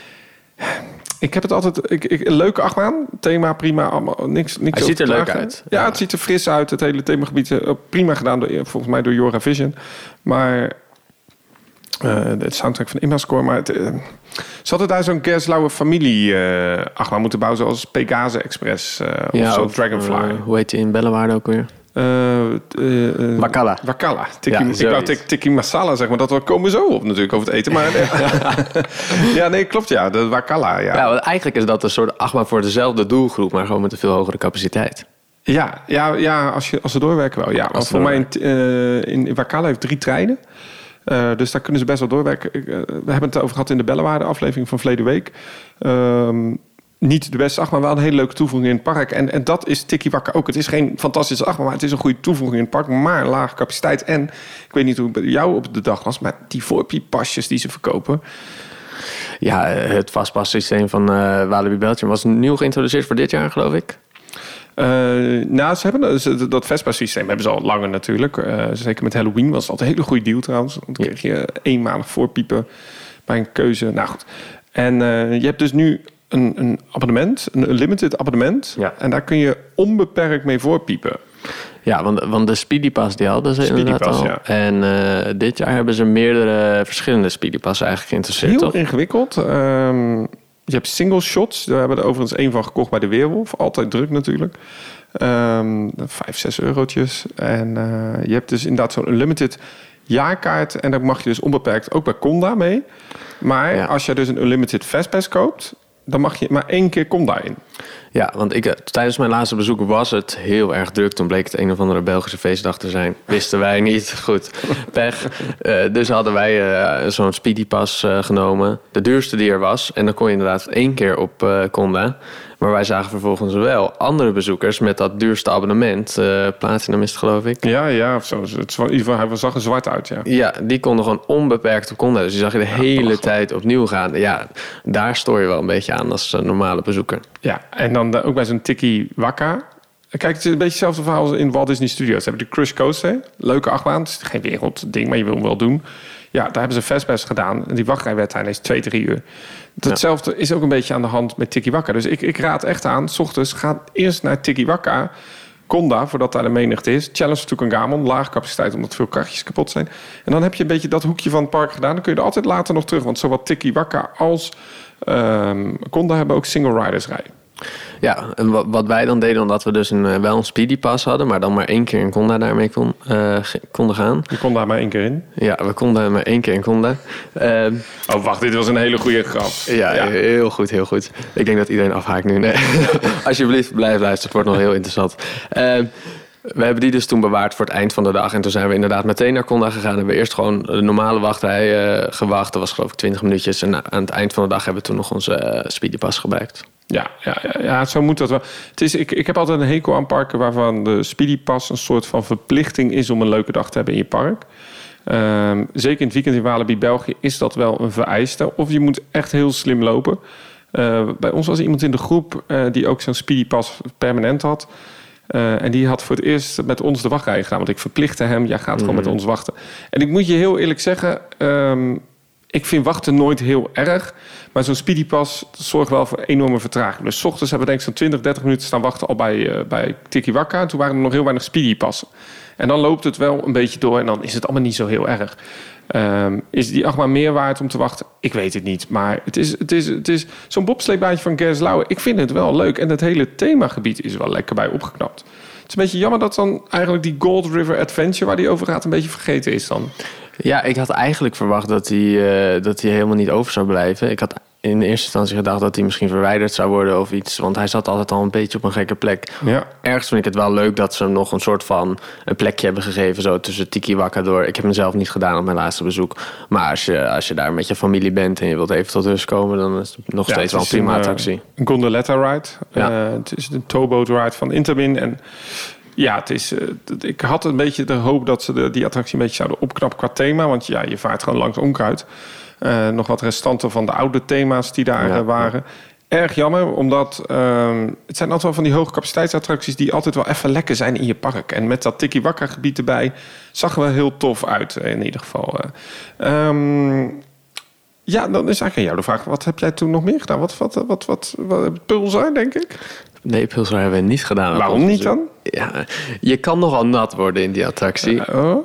ik heb het altijd, een leuke achtbaan, thema prima, allemaal niks. Hij ziet er leuk uit. Ja, het ziet er fris uit. Het hele themagebied prima gedaan volgens mij door Jora Vision, maar het soundtrack van Immerscore, maar ze hadden daar zo'n Gerstlauwe familie achtbaan moeten bouwen, zoals Pegase Express of zo, Dragonfly. Hoe heet die in Bellewaarde ook weer? Wakala. Ik wou Tiki Masala zeggen, maar dat komen we zo op natuurlijk over het eten. Maar ja, nee, klopt, ja. De Wakala, ja. Ja, want eigenlijk is dat een soort achtbaan voor dezelfde doelgroep, maar gewoon met een veel hogere capaciteit. Ja, als ze doorwerken wel. Ja, want voor mij in Wakala heeft 3 treinen. Dus daar kunnen ze best wel doorwerken. We hebben het over gehad in de Bellewaarde aflevering van verleden week. Niet de beste achtbaan, maar wel een hele leuke toevoeging in het park. En dat is Tiki Waka ook. Het is geen fantastische achtbaan, maar het is een goede toevoeging in het park. Maar lage capaciteit. En ik weet niet hoe het bij jou op de dag was, maar die voorpiepasjes die ze verkopen. Ja, het vastpassysteem van Walibi Belgium was nieuw geïntroduceerd voor dit jaar, geloof ik. Ze hebben dat Vespa-systeem hebben ze al langer natuurlijk. Zeker met Halloween was dat een hele goede deal trouwens. Dan kreeg je eenmalig voorpiepen bij een keuze. Nou goed. En je hebt dus nu een abonnement, een limited abonnement. Ja. En daar kun je onbeperkt mee voorpiepen. Ja, want de Speedy Pass die hadden ze inderdaad al. Ja. En dit jaar hebben ze meerdere verschillende Speedy Pass eigenlijk geïnteresseerd. Heel ingewikkeld. Je hebt single shots. Daar hebben we er overigens 1 van gekocht bij de Weerwolf. Altijd druk natuurlijk. 5-6 eurotjes. En je hebt dus inderdaad zo'n unlimited jaarkaart. En daar mag je dus onbeperkt ook bij Conda mee. Maar als je dus een unlimited fastpass koopt, dan mag je maar 1 keer Conda in. Ja, want tijdens mijn laatste bezoek was het heel erg druk. Toen bleek het een of andere Belgische feestdag te zijn. Wisten wij niet. Goed, pech. Dus hadden wij zo'n Speedy Pass genomen. De duurste die er was. En dan kon je inderdaad 1 keer op Conda. Maar wij zagen vervolgens wel andere bezoekers met dat duurste abonnement. Platinum is het, geloof ik. Ja, of zo. In ieder geval, hij zag er zwart uit, ja. Ja, die konden gewoon onbeperkt op Conda. Dus die zag je de hele tijd opnieuw gaan. Ja, daar stoor je wel een beetje aan als normale bezoeker. Ja, en dan ook bij zo'n Tiki Waka. Kijk, het is een beetje hetzelfde verhaal als in Walt Disney Studios. Ze hebben de Crush Coaster. Leuke achtbaan. Het is geen wereldding, maar je wil hem wel doen. Ja, daar hebben ze Fastpass gedaan. En die wachtrijwedstrijd is 2-3 uur. Hetzelfde is ook een beetje aan de hand met Tiki Waka. Dus ik raad echt aan, 's ochtends ga eerst naar Tiki Waka, Conda, voordat daar de menigte is. Challenge of Tutankhamon, lage capaciteit, omdat veel kartjes kapot zijn. En dan heb je een beetje dat hoekje van het park gedaan. Dan kun je er altijd later nog terug. Want zowel Tiki Waka als Conda hebben ook single riders rijden. Ja, en wat wij dan deden, omdat we dus wel een speedy pass hadden, maar dan maar 1 keer in Conda daarmee konden gaan. Je kon daar maar 1 keer in? Ja, we konden maar 1 keer in Conda. Wacht, dit was een hele goede grap. Ja, heel goed, heel goed. Ik denk dat iedereen afhaakt nu. Nee. Alsjeblieft, blijf luisteren. Het wordt nog heel interessant. We hebben die dus toen bewaard voor het eind van de dag. En toen zijn we inderdaad meteen naar Conda gegaan. Hebben we eerst gewoon de normale wachtrij gewacht. Dat was geloof ik 20 minuutjes. En aan het eind van de dag hebben we toen nog onze speedypass gebruikt. Ja, zo moet dat wel. Ik heb altijd een hekel aan parken waarvan de speedypass een soort van verplichting is om een leuke dag te hebben in je park. Zeker in het weekend in Walibi, België, is dat wel een vereiste. Of je moet echt heel slim lopen. Bij ons was er iemand in de groep die ook zo'n speedypass permanent had. En die had voor het eerst met ons de wachtrij gedaan. Want ik verplichtte hem, jij gaat gewoon met ons wachten. En ik moet je heel eerlijk zeggen, ik vind wachten nooit heel erg. Maar zo'n speedypass zorgt wel voor enorme vertraging. Dus 's ochtends hebben we denk ik zo'n 20, 30 minuten staan wachten al bij Tiki Waka. Toen waren er nog heel weinig speedypassen. En dan loopt het wel een beetje door en dan is het allemaal niet zo heel erg. Is die achtbaan meer waard om te wachten? Ik weet het niet. Maar het is zo'n bobsleebaantje van Gerstlauer. Ik vind het wel leuk. En het hele themagebied is wel lekker bij opgeknapt. Het is een beetje jammer dat dan eigenlijk die Gold River Adventure waar die over gaat een beetje vergeten is dan. Ja, ik had eigenlijk verwacht dat hij helemaal niet over zou blijven. Ik had in eerste instantie gedacht dat hij misschien verwijderd zou worden of iets. Want hij zat altijd al een beetje op een gekke plek. Ja. Ergens vind ik het wel leuk dat ze hem nog een soort van een plekje hebben gegeven. Zo tussen Tiki Waka door. Ik heb hem zelf niet gedaan op mijn laatste bezoek. Maar als je daar met je familie bent en je wilt even tot rust komen, dan is het nog steeds wel een prima attractie. Een gondoletta ride. Ja. Het is een towboat ride van Intamin. En ja, het is. Ik had een beetje de hoop dat ze die attractie een beetje zouden opknappen qua thema. Want ja, je vaart gewoon langs onkruid. Nog wat restanten van de oude thema's die daar waren. Erg jammer, omdat het zijn altijd wel van die hoge capaciteitsattracties die altijd wel even lekker zijn in je park. En met dat Tiki Waka gebied erbij zag er wel heel tof uit in ieder geval. Ja, dan is eigenlijk aan jou de vraag. Wat heb jij toen nog meer gedaan? Wat Pulsar, denk ik? Nee, Pulsar hebben we niet gedaan. Waarom niet dan? Ja, je kan nogal nat worden in die attractie.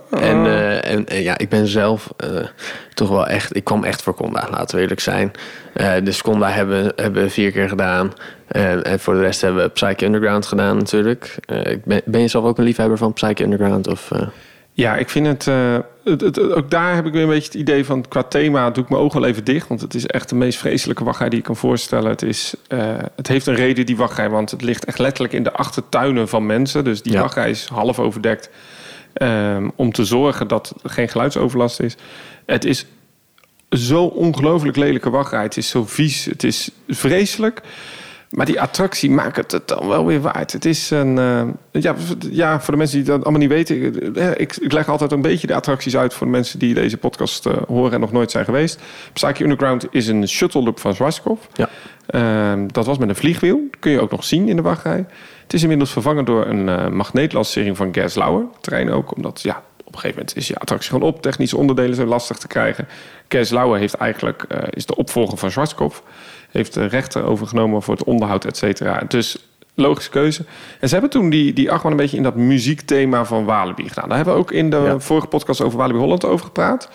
En ja, ik ben zelf toch wel echt. Ik kwam echt voor Conda, laten we eerlijk zijn. Dus Conda hebben we 4 keer gedaan. En voor de rest hebben we Psyche Underground gedaan natuurlijk. Ben je zelf ook een liefhebber van Psyche Underground? Of, Ja, ik vind het ook daar heb ik weer een beetje het idee van qua thema doe ik mijn ogen wel even dicht. Want het is echt de meest vreselijke wachtrij die je kan voorstellen. Het heeft een reden, die wachtrij, want het ligt echt letterlijk in de achtertuinen van mensen. Dus die wachtrij is half overdekt om te zorgen dat er geen geluidsoverlast is. Het is zo ongelooflijk lelijke wachtrij. Het is zo vies, het is vreselijk. Maar die attractie maakt het dan wel weer waard. Het is een... voor de mensen die dat allemaal niet weten. Ik leg altijd een beetje de attracties uit voor de mensen die deze podcast horen en nog nooit zijn geweest. Psyche Underground is een shuttle loop van Schwarzkopf. Ja. Dat was met een vliegwiel. Dat kun je ook nog zien in de wachtrij. Het is inmiddels vervangen door een magneetlancering van Gerstlauer. Terrein ook, omdat op een gegeven moment is je attractie gewoon op. Technische onderdelen zijn lastig te krijgen. Gerstlauer heeft eigenlijk is de opvolger van Schwarzkopf. Heeft de rechter overgenomen voor het onderhoud, et cetera. Dus logische keuze. En ze hebben toen die achtbaan een beetje in dat muziekthema van Walibi gedaan. Daar hebben we ook in de vorige podcast over Walibi Holland over gepraat.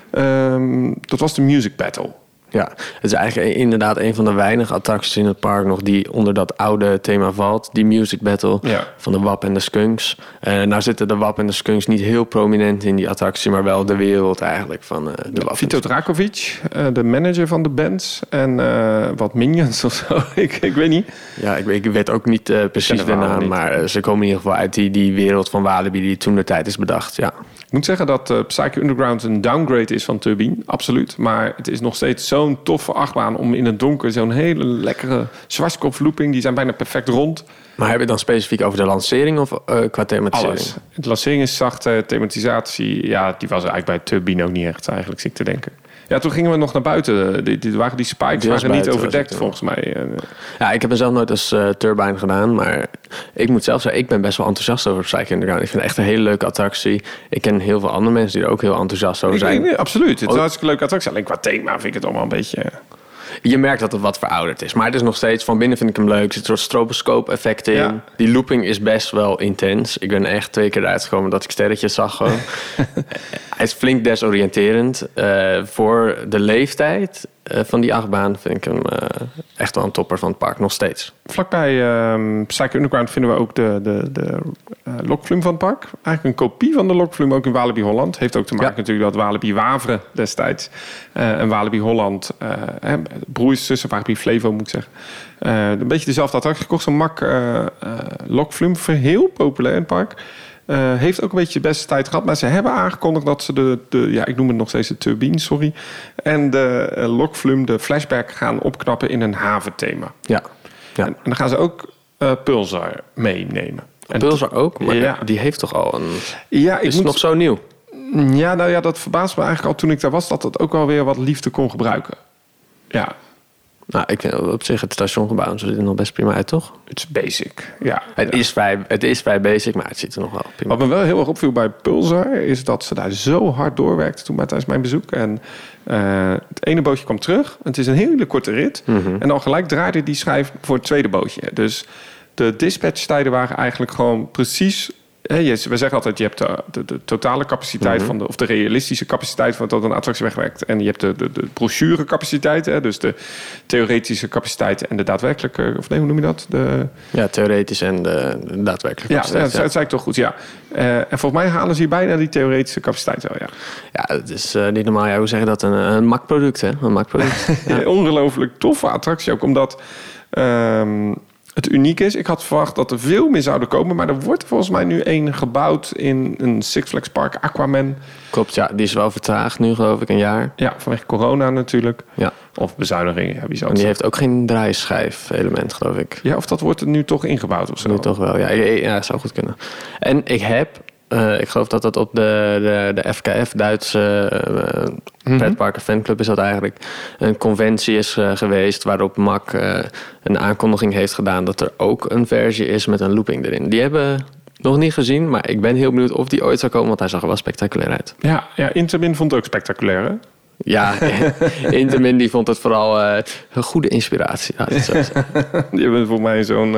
Dat was de Music Battle. Ja, het is eigenlijk inderdaad een van de weinige attracties in het park nog die onder dat oude thema valt. Die Music Battle van de WAP en de Skunks. Nou zitten de WAP en de Skunks niet heel prominent in die attractie, maar wel de wereld eigenlijk van de WAP. Vito Drakovic, de manager van de band en wat minions of zo. ik weet niet. Ja, ik weet ook niet precies de naam, maar ze komen in ieder geval uit die wereld van Walibi die toen de tijd is bedacht, ja. Ik moet zeggen dat Psyche Underground een downgrade is van Turbine, absoluut. Maar het is nog steeds zo'n toffe achtbaan om in het donker zo'n hele lekkere Schwarzkopf looping. Die zijn bijna perfect rond. Maar heb je dan specifiek over de lancering of qua thematisering? Alles. De lancering is zachte, thematisatie. Ja, die was eigenlijk bij Turbine ook niet echt eigenlijk, zit ik te denken. Ja, toen gingen we nog naar buiten. Die spikes waren niet overdekt, volgens mij. Ja, ik heb er zelf nooit als turbine gedaan. Maar ik moet zelf zeggen, ik ben best wel enthousiast over Psyche Underground. Ik vind het echt een hele leuke attractie. Ik ken heel veel andere mensen die er ook heel enthousiast over zijn. Nee, absoluut. Het is een hartstikke leuke attractie. Alleen qua thema vind ik het allemaal een beetje... Je merkt dat het wat verouderd is. Maar het is nog steeds, van binnen vind ik hem leuk. Er zit een soort stroboscoop-effect in. Ja. Die looping is best wel intens. Ik ben echt 2 keer eruit gekomen dat ik sterretjes zag gewoon. Hij is flink desoriënterend. Voor de leeftijd van die achtbaan vind ik hem echt wel een topper van het park, nog steeds. Vlakbij Psycho Underground vinden we ook de Lokflume van het park. Eigenlijk een kopie van de Lokflume, ook in Walibi Holland. Heeft ook te maken natuurlijk dat Walibi Wavre destijds en Walibi Holland, broers, zussen, Walibi Flevo moet ik zeggen. Een beetje dezelfde attractie gekocht. Zo'n mak Lokflume, heel populair in het park. Heeft ook een beetje de beste tijd gehad. Maar ze hebben aangekondigd dat ze ik noem het nog steeds de turbine, sorry. En de Lokflume, de flashback, gaan opknappen in een haventhema. Ja. En dan gaan ze ook Pulsar meenemen. Pulsar ook? Maar die heeft toch al een... Ja, is het nog zo nieuw? Ja, nou ja, dat verbaast me eigenlijk al toen ik daar was, dat het ook alweer wat liefde kon gebruiken. Ja. Nou, ik vind op zich het stationgebouw ziet er nog best prima uit, toch? Het is basic, ja. Het is vrij basic, maar het ziet er nog wel prima uit. Wat me wel heel erg opviel bij Pulsar is dat ze daar zo hard doorwerkten toen tijdens mijn bezoek. En het ene bootje kwam terug. Het is een hele korte rit. Mm-hmm. En dan gelijk draaide die schijf voor het tweede bootje. Dus de dispatchtijden waren eigenlijk gewoon precies... we zeggen altijd, je hebt de totale capaciteit of de realistische capaciteit van dat een attractie wegwerkt. En je hebt de brochure capaciteit, dus de theoretische capaciteit en de daadwerkelijke, of nee, hoe noem je dat? Ja, theoretisch en de daadwerkelijke capaciteit. Ja, dat zei ik toch goed, ja. En volgens mij halen ze hier bijna die theoretische capaciteit wel, ja. Ja, het is niet normaal. Ja, hoe zeg je dat? Een MAC-product, hè? Een MAC-product. Ja. Ongelooflijk toffe attractie ook, omdat... het uniek is, ik had verwacht dat er veel meer zouden komen, maar er wordt volgens mij nu één gebouwd in een Six Flags Park, Aquaman. Klopt, ja. Die is wel vertraagd nu, geloof ik, een jaar. Ja, vanwege corona natuurlijk. Ja. Of bezuinigingen, ja, wie zou het die heeft ook geen draaischijf-element, geloof ik. Ja, of dat wordt er nu toch ingebouwd of zo? Nu toch wel, ja, zou goed kunnen. En ik heb... ik geloof dat dat op de FKF, Duitse pretparken fanclub is dat eigenlijk, een conventie is geweest waarop MAC een aankondiging heeft gedaan dat er ook een versie is met een looping erin. Die hebben nog niet gezien, maar ik ben heel benieuwd of die ooit zou komen, want hij zag er wel spectaculair uit. Ja, Intamin vond het ook spectaculair, hè? Ja, Intamin die vond het vooral een goede inspiratie. Ja, dat zou die hebben voor mij zo'n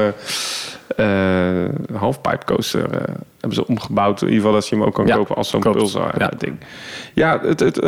halfpipe coaster hebben ze omgebouwd. In ieder geval dat je hem ook kan kopen als zo'n Pulsar ding. Ja,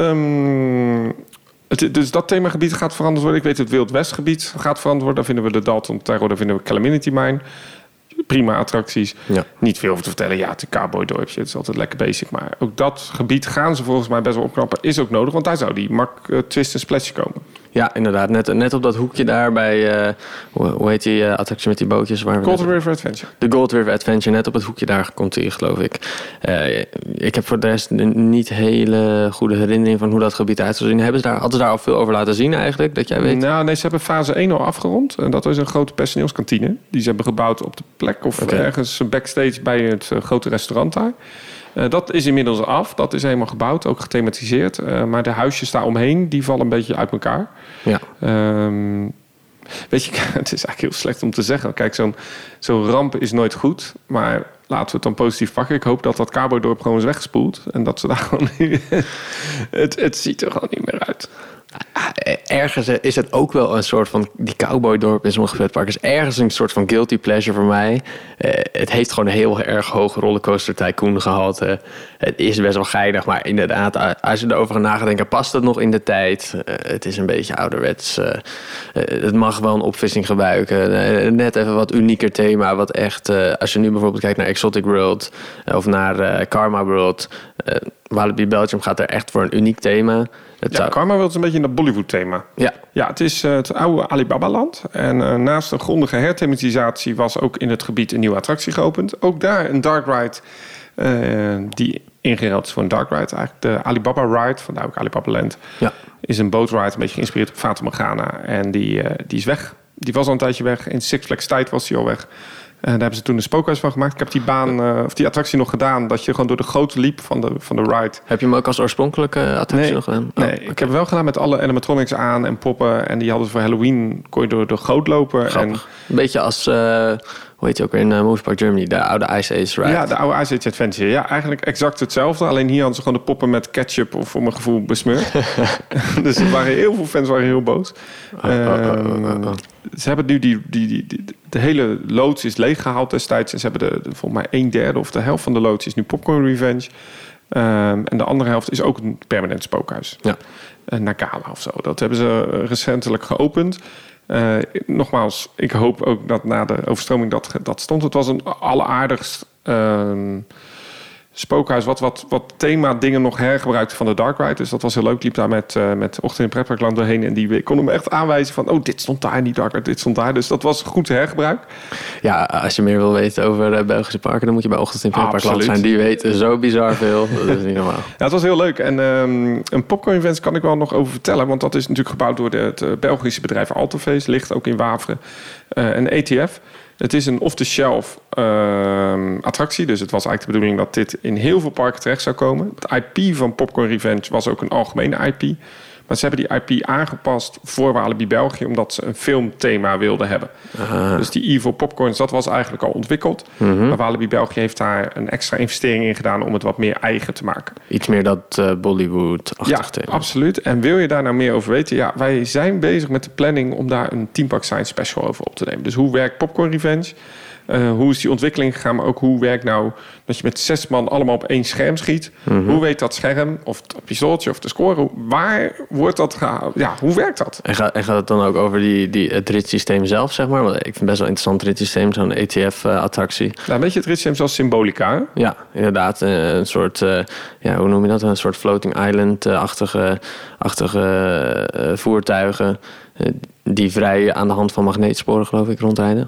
dus dat themagebied gaat veranderd worden. Ik weet het Wild Westgebied gaat veranderd worden. Daar vinden we de Dalton Terror, daar vinden we Calamity Mine. Prima attracties. Ja. Niet veel over te vertellen. Ja, het Cowboy dorpje, het is altijd lekker basic. Maar ook dat gebied gaan ze volgens mij best wel opknappen. Is ook nodig, want daar zou die MAC Twist en Splash komen. Ja, inderdaad. Net op dat hoekje daar bij... hoe heet die attractie met die bootjes? Gold River Adventure. De Gold River Adventure. Net op het hoekje daar komt die, geloof ik. Ik heb voor de rest niet hele goede herinnering van hoe dat gebied eruit zou zien. Hadden ze daar al veel over laten zien eigenlijk, dat jij weet? Nou, nee, ze hebben fase 1 al afgerond. En dat is een grote personeelskantine. Die ze hebben gebouwd op de plek of ergens backstage bij het grote restaurant daar. Dat is inmiddels af. Dat is helemaal gebouwd, ook gethematiseerd. Maar de huisjes daar omheen, die vallen een beetje uit elkaar. Ja. Weet je, het is eigenlijk heel slecht om te zeggen. Kijk, zo'n ramp is nooit goed. Maar laten we het dan positief pakken. Ik hoop dat dat Cowboydorp gewoon is weggespoeld. En dat ze daar gewoon... het ziet er gewoon niet meer uit. Ergens is het ook wel een soort van... Die Cowboydorp in sommige pretparken is ergens een soort van guilty pleasure voor mij. Het heeft gewoon een heel erg hoog rollercoaster tycoon gehalte. Het is best wel geinig, maar inderdaad, als je erover gaat nadenken, past het nog in de tijd? Het is een beetje ouderwets. Het mag wel een opvissing gebruiken. Net even wat unieker thema, wat echt... als je nu bijvoorbeeld kijkt naar Exotic World of naar Karma World... Walibi Belgium gaat er echt voor een uniek thema. Karma World is een beetje in dat Bollywood-thema. Ja, het is het oude Alibaba-land. En naast een grondige herthematisatie was ook in het gebied een nieuwe attractie geopend. Ook daar een dark ride die ingeruild is voor een dark ride. Eigenlijk de Alibaba Ride, vandaar ook Alibaba Land, is een bootride, een beetje geïnspireerd op Fata Morgana. En die is weg. Die was al een tijdje weg. In Six Flags tijd was die al weg. Daar hebben ze toen een spookhuis van gemaakt. Ik heb die baan of die attractie nog gedaan, dat je gewoon door de goot liep van de ride. Heb je hem ook als oorspronkelijke attractie nog gedaan? Nee, ik heb hem wel gedaan met alle animatronics aan en poppen. En die hadden ze voor Halloween, kon je door de goot lopen. En... Een beetje als, hoe heet je ook weer in Movie Park Germany, de oude Ice Age ride. Ja, de oude Ice Age Adventure. Ja, eigenlijk exact hetzelfde. Alleen hier hadden ze gewoon de poppen met ketchup of voor mijn gevoel besmeurd. Dus er waren heel veel fans waren heel boos. Ze hebben nu de hele loods is leeggehaald destijds. En ze hebben volgens mij 1/3 of de helft van de loods is nu Popcorn Revenge. En de andere helft is ook een permanent spookhuis. Ja. Nacala of zo. Dat hebben ze recentelijk geopend. Nogmaals, ik hoop ook dat na de overstroming dat stond. Het was een alleraardigst spookhuis wat thema dingen nog hergebruikte van de Dark Ride. Dus dat was heel leuk. Ik liep daar met Ochtend in Pretparkland doorheen en die konden me echt aanwijzen van dit stond daar in die Dark Ride, dit stond daar. Dus dat was goed hergebruik. Ja, als je meer wil weten over Belgische parken, dan moet je bij Ochtend in Pretparkland zijn. Die weten zo bizar veel. Dat is niet normaal. Ja, het was heel leuk. En een popcorn event kan ik wel nog over vertellen, want dat is natuurlijk gebouwd door het Belgische bedrijf Altoface, ligt ook in Wavre. En ETF. Het is een off-the-shelf attractie. Dus het was eigenlijk de bedoeling dat dit in heel veel parken terecht zou komen. Het IP van Popcorn Revenge was ook een algemene IP. Maar ze hebben die IP aangepast voor Walibi België, omdat ze een filmthema wilden hebben. Aha. Dus die Evil Popcorns, dat was eigenlijk al ontwikkeld. Mm-hmm. Maar Walibi België heeft daar een extra investering in gedaan om het wat meer eigen te maken. Iets meer dat Bollywood-achtig thema. Ja, absoluut. En wil je daar nou meer over weten? Ja, wij zijn bezig met de planning om daar een Theme Park Science Special over op te nemen. Dus hoe werkt Popcorn Revenge? Hoe is die ontwikkeling gegaan? Maar ook hoe werkt nou dat je met 6 man allemaal op 1 scherm schiet? Mm-hmm. Hoe weet dat scherm, of het pistooltje of de score, waar wordt dat gehaald? Ja, hoe werkt dat? En gaat het dan ook over het ritssysteem zelf, zeg maar? Want ik vind het best wel een interessant ritssysteem, zo'n ETF-attractie. Nou, een beetje het ritssysteem zoals Symbolica, hè? Ja, inderdaad. Een soort, hoe noem je dat? Een soort floating island-achtige voertuigen die vrij aan de hand van magneetsporen, geloof ik, rondrijden.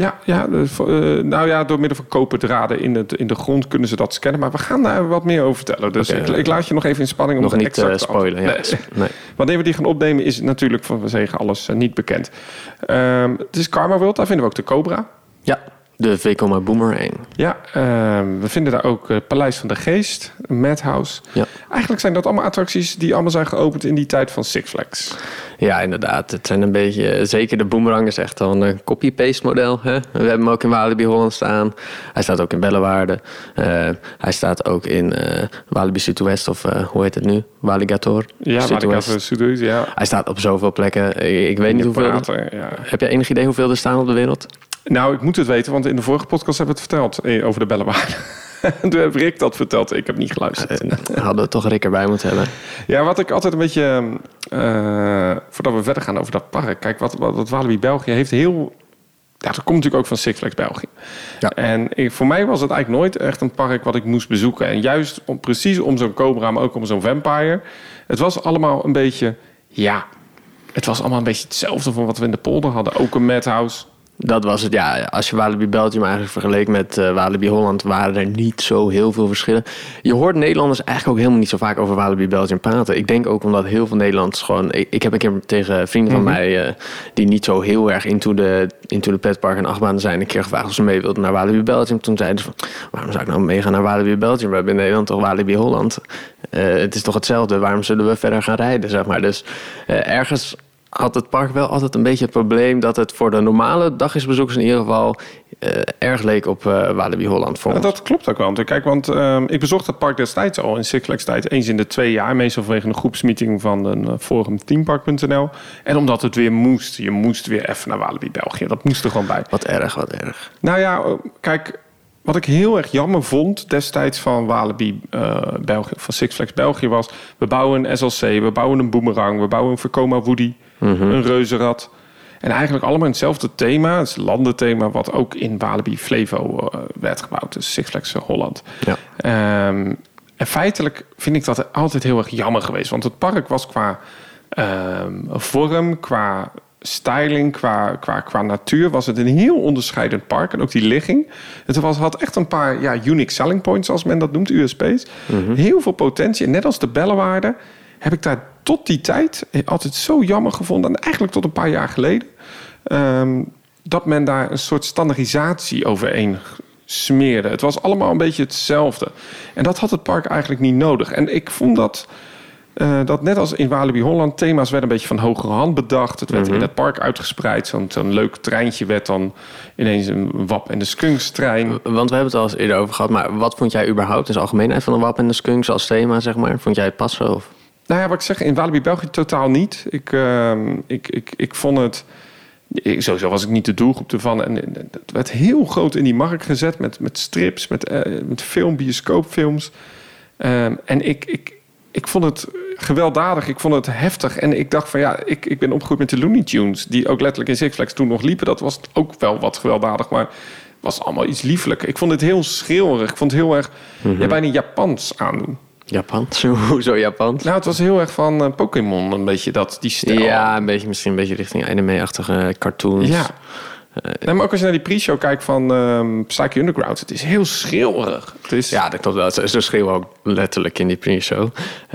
Door middel van koperdraden in de grond kunnen ze dat scannen. Maar we gaan daar wat meer over vertellen. Dus ik laat je nog even in spanning om nog niet te spoilen. Ja. Nee. Wanneer we die gaan opnemen is natuurlijk van we zeggen alles niet bekend. Het is Karma World, daar vinden we ook de Cobra. Ja, de Vekoma Boomerang. Ja, we vinden daar ook Paleis van de Geest, Madhouse. Ja. Eigenlijk zijn dat allemaal attracties die allemaal zijn geopend in die tijd van Six Flags. Ja, inderdaad. Het zijn een beetje... Zeker de Boomerang is echt al een copy-paste model. Hè? We hebben hem ook in Walibi Holland staan. Hij staat ook in Bellewaarde. Hij staat ook in Walibi Zuidwest of hoe heet het nu? Waligator. Ja, Waligator Zuidwest, ja. Hij staat op zoveel plekken. Ik weet niet hoeveel... Heb jij enig idee hoeveel er staan op de wereld? Nou, ik moet het weten, want in de vorige podcast hebben we het verteld over de Bellewaarde. Toen heeft Rick dat verteld. Ik heb niet geluisterd. Hadden we toch Rick erbij moeten hebben. Ja, wat ik altijd een beetje... voordat we verder gaan over dat park. Kijk, wat Walibi België heeft heel... Ja, dat komt natuurlijk ook van Six Flags België. Ja. En voor mij was het eigenlijk nooit echt een park wat ik moest bezoeken. En juist precies om zo'n Cobra, maar ook om zo'n Vampire. Het was allemaal een beetje... Ja, het was allemaal een beetje hetzelfde van wat we in de polder hadden. Ook een Madhouse. Dat was het, ja. Als je Walibi Belgium eigenlijk vergeleek met Walibi Holland, waren er niet zo heel veel verschillen. Je hoort Nederlanders eigenlijk ook helemaal niet zo vaak over Walibi Belgium praten. Ik denk ook omdat heel veel Nederlanders gewoon... Ik heb een keer tegen vrienden van mij die niet zo heel erg into de petpark en achtbanen zijn, een keer gevraagd of ze mee wilden naar Walibi Belgium. Toen zeiden ze van, waarom zou ik nou meegaan naar Walibi Belgium? We hebben in Nederland toch Walibi Holland. Het is toch hetzelfde, waarom zullen we verder gaan rijden, zeg maar. Dus ergens had het park wel altijd een beetje het probleem dat het voor de normale dagisbezoekers in ieder geval erg leek op Walibi Holland. Ja, dat klopt ook wel. Kijk, want ik bezocht het park destijds al in Six Flags tijd eens in de 2 jaar. Meestal vanwege een groepsmeeting van een forum teampark.nl. En omdat het weer moest. Je moest weer even naar Walibi België. Dat moest er gewoon bij. Wat erg. Nou ja, kijk, wat ik heel erg jammer vond destijds van Walibi België, van Six Flags België was, we bouwen een SLC, we bouwen een Boomerang, we bouwen een Vekoma Woody, een Reuzenrad. En eigenlijk allemaal hetzelfde thema. Het is een landenthema wat ook in Walibi Flevo werd gebouwd. Dus Six Flags Holland. Ja. En feitelijk vind ik dat altijd heel erg jammer geweest. Want het park was qua vorm, qua styling, qua natuur was het een heel onderscheidend park. En ook die ligging. Het had echt een paar unique selling points, zoals men dat noemt, USP's. Heel veel potentie. En net als de Bellewaarde heb ik daar tot die tijd altijd zo jammer gevonden. En eigenlijk tot een paar jaar geleden. Dat men daar een soort standaardisatie overheen smeerde. Het was allemaal een beetje hetzelfde. En dat had het park eigenlijk niet nodig. En ik vond dat net als in Walibi Holland, thema's werden een beetje van hogere hand bedacht. Het werd in het park uitgespreid. Zo'n leuk treintje werd dan ineens een Wap en de Skunks trein. Want we hebben het al eens eerder over gehad. Maar wat vond jij überhaupt in de algemeenheid van een Wap en de Skunks als thema, zeg maar? Vond jij het passen? Of? Nou ja, wat ik zeg, in Walibi België totaal niet. Ik vond het... Sowieso was ik niet de doelgroep ervan. En het werd heel groot in die markt gezet met strips, met film, bioscoopfilms. En ik vond het gewelddadig, ik vond het heftig. En ik dacht van ik ben opgegroeid met de Looney Tunes... die ook letterlijk in Six Flags toen nog liepen. Dat was ook wel wat gewelddadig, maar... was allemaal iets liefelijk. Ik vond het heel schreeuwerig. Ik vond het heel erg bijna Japans aandoen. Japans? Hoezo Japans? Nou, het was heel erg van Pokémon, een beetje die stijl. Ja, misschien een beetje richting anime-achtige cartoons. Ja. Nee, maar ook als je naar die pre-show kijkt van Psyche Underground... het is heel schreeuwerig. Ja, dat klopt wel. Ze schreeuwen ook letterlijk in die pre-show.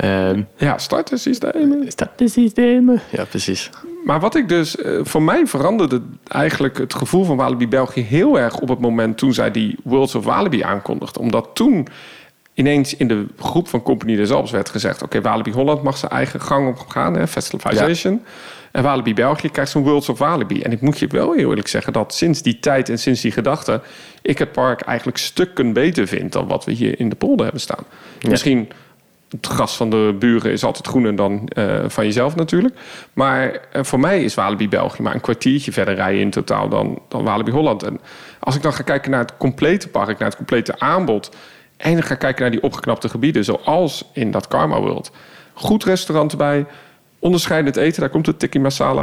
Startersystemen. Ja, precies. Maar wat ik dus... voor mij veranderde eigenlijk het gevoel van Walibi België... heel erg op het moment toen zij die Worlds of Walibi aankondigde. Omdat toen ineens in de groep van Compagnie des Alpes werd gezegd... oké, Walibi Holland mag zijn eigen gang op gaan, hè, Festivalization... Ja. En Walibi België krijgt zo'n Worlds of Walibi. En ik moet je wel heel eerlijk zeggen... dat sinds die tijd en sinds die gedachte... ik het park eigenlijk stukken beter vind... dan wat we hier in de polder hebben staan. Ja. Misschien het gras van de buren is altijd groener dan van jezelf natuurlijk. Maar voor mij is Walibi België maar een kwartiertje verder rijden in totaal dan Walibi Holland. En als ik dan ga kijken naar het complete park, naar het complete aanbod... en dan ga kijken naar die opgeknapte gebieden... zoals in dat Karma World. Goed restaurant erbij... onderscheidend eten, daar komt het tikkie masala.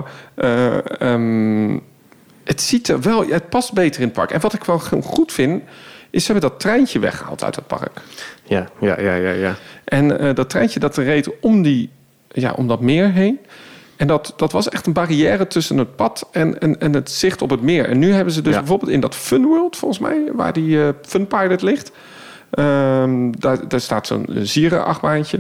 Het ziet er wel... het past beter in het park. En wat ik wel goed vind... is ze hebben dat treintje weggehaald uit het park. Ja. En dat treintje dat reed om dat meer heen. En dat was echt een barrière tussen het pad en het zicht op het meer. En nu hebben ze dus bijvoorbeeld in dat Fun World, volgens mij... waar die Fun Pilot ligt... daar staat zo'n zieren-achtbaantje...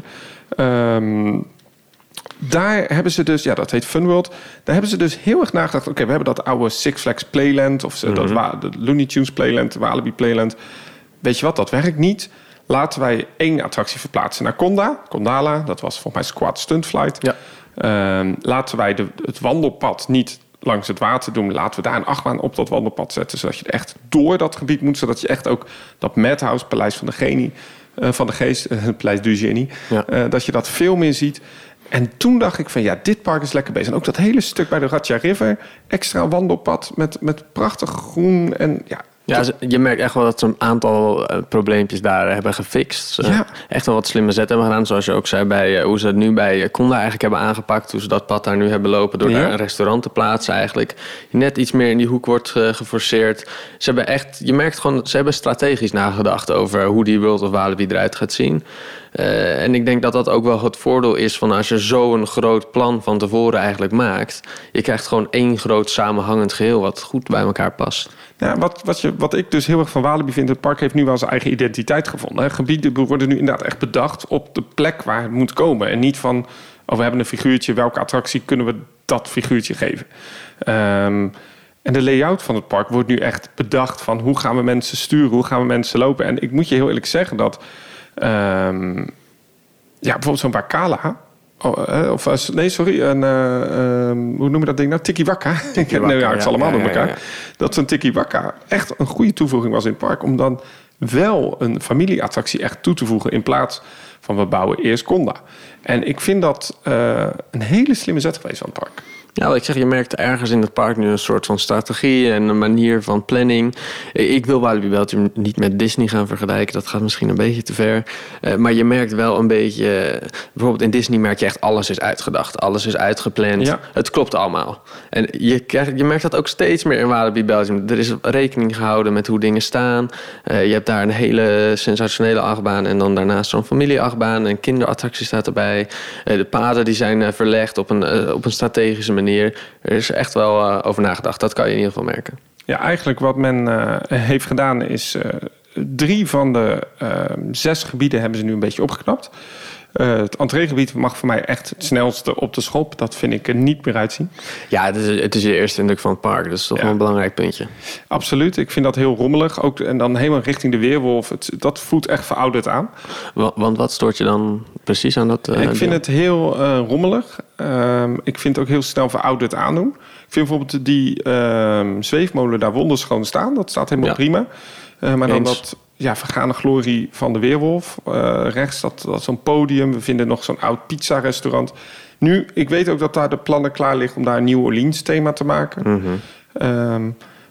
daar hebben ze dus, dat heet Fun World... daar hebben ze dus heel erg nagedacht... oké, we hebben dat oude Six Flags Playland... of dat Looney Tunes Playland, Walibi Playland. Weet je wat, dat werkt niet. Laten wij 1 attractie verplaatsen naar Kondala. Dat was volgens mij Squad Stunt Flight. Ja. Laten wij het wandelpad niet langs het water doen. Laten we daar een achtbaan op dat wandelpad zetten... zodat je echt door dat gebied moet... zodat je echt ook dat Madhouse, Paleis van de Genie... van de Geest, Paleis du Genie... dat je dat veel meer ziet... En toen dacht ik van dit park is lekker bezig. En ook dat hele stuk bij de Ratja River. Extra wandelpad met prachtig groen. En je merkt echt wel dat ze een aantal probleempjes daar hebben gefixt. Echt wel wat slimme zet hebben gedaan. Zoals je ook zei, bij hoe ze het nu bij Conda eigenlijk hebben aangepakt. Hoe ze dat pad daar nu hebben lopen door daar een restaurant te plaatsen eigenlijk. Net iets meer in die hoek wordt geforceerd. Ze hebben echt, je merkt gewoon, ze hebben strategisch nagedacht over hoe die World of Walibi eruit gaat zien. En ik denk dat dat ook wel het voordeel is van als je zo'n groot plan van tevoren eigenlijk maakt. Je krijgt gewoon 1 groot samenhangend geheel wat goed bij elkaar past. Ja, wat ik dus heel erg van Walibi vind... het park heeft nu wel zijn eigen identiteit gevonden. Gebieden worden nu inderdaad echt bedacht op de plek waar het moet komen. En niet van, we hebben een figuurtje... welke attractie kunnen we dat figuurtje geven? En de layout van het park wordt nu echt bedacht... van hoe gaan we mensen sturen, hoe gaan we mensen lopen. En ik moet je heel eerlijk zeggen dat... bijvoorbeeld zo'n Wakala... hoe noem je dat ding nou? Tiki-Waka. Het is allemaal door elkaar. Ja. Dat zo'n Tiki-Waka echt een goede toevoeging was in het park... om dan wel een familieattractie echt toe te voegen... in plaats van we bouwen eerst Conda. En ik vind dat een hele slimme zet geweest van het park. Ja, wat ik zeg, je merkt ergens in het park nu een soort van strategie en een manier van planning. Ik wil Walibi Belgium niet met Disney gaan vergelijken. Dat gaat misschien een beetje te ver. Maar je merkt wel een beetje... Bijvoorbeeld in Disney merk je echt alles is uitgedacht. Alles is uitgepland. Ja. Het klopt allemaal. En je merkt dat ook steeds meer in Walibi Belgium. Er is rekening gehouden met hoe dingen staan. Je hebt daar een hele sensationele achtbaan en dan daarnaast zo'n familieachtbaan. Een kinderattractie staat erbij. De paden die zijn verlegd op een strategische manier. Er is echt wel over nagedacht. Dat kan je in ieder geval merken. Ja, eigenlijk wat men heeft gedaan is... 3 van de 6 gebieden hebben ze nu een beetje opgeknapt. Het entreegebied mag voor mij echt het snelste op de schop. Dat vind ik er niet meer uitzien. Ja, het is je eerste indruk van het park. Dat is toch wel een belangrijk puntje. Absoluut. Ik vind dat heel rommelig. Ook, en dan helemaal richting de Weerwolf. Dat voelt echt verouderd aan. Want wat stoort je dan precies aan dat? Ik vind het heel rommelig. Ik vind het ook heel snel verouderd aandoen. Ik vind bijvoorbeeld die zweefmolen daar wonderschoon staan. Dat staat helemaal prima. Maar dan dat vergane glorie van de Weerwolf. Rechts dat zo'n podium. We vinden nog zo'n oud pizza-restaurant. Nu, ik weet ook dat daar de plannen klaar liggen... om daar een New Orleans thema te maken. Mm-hmm.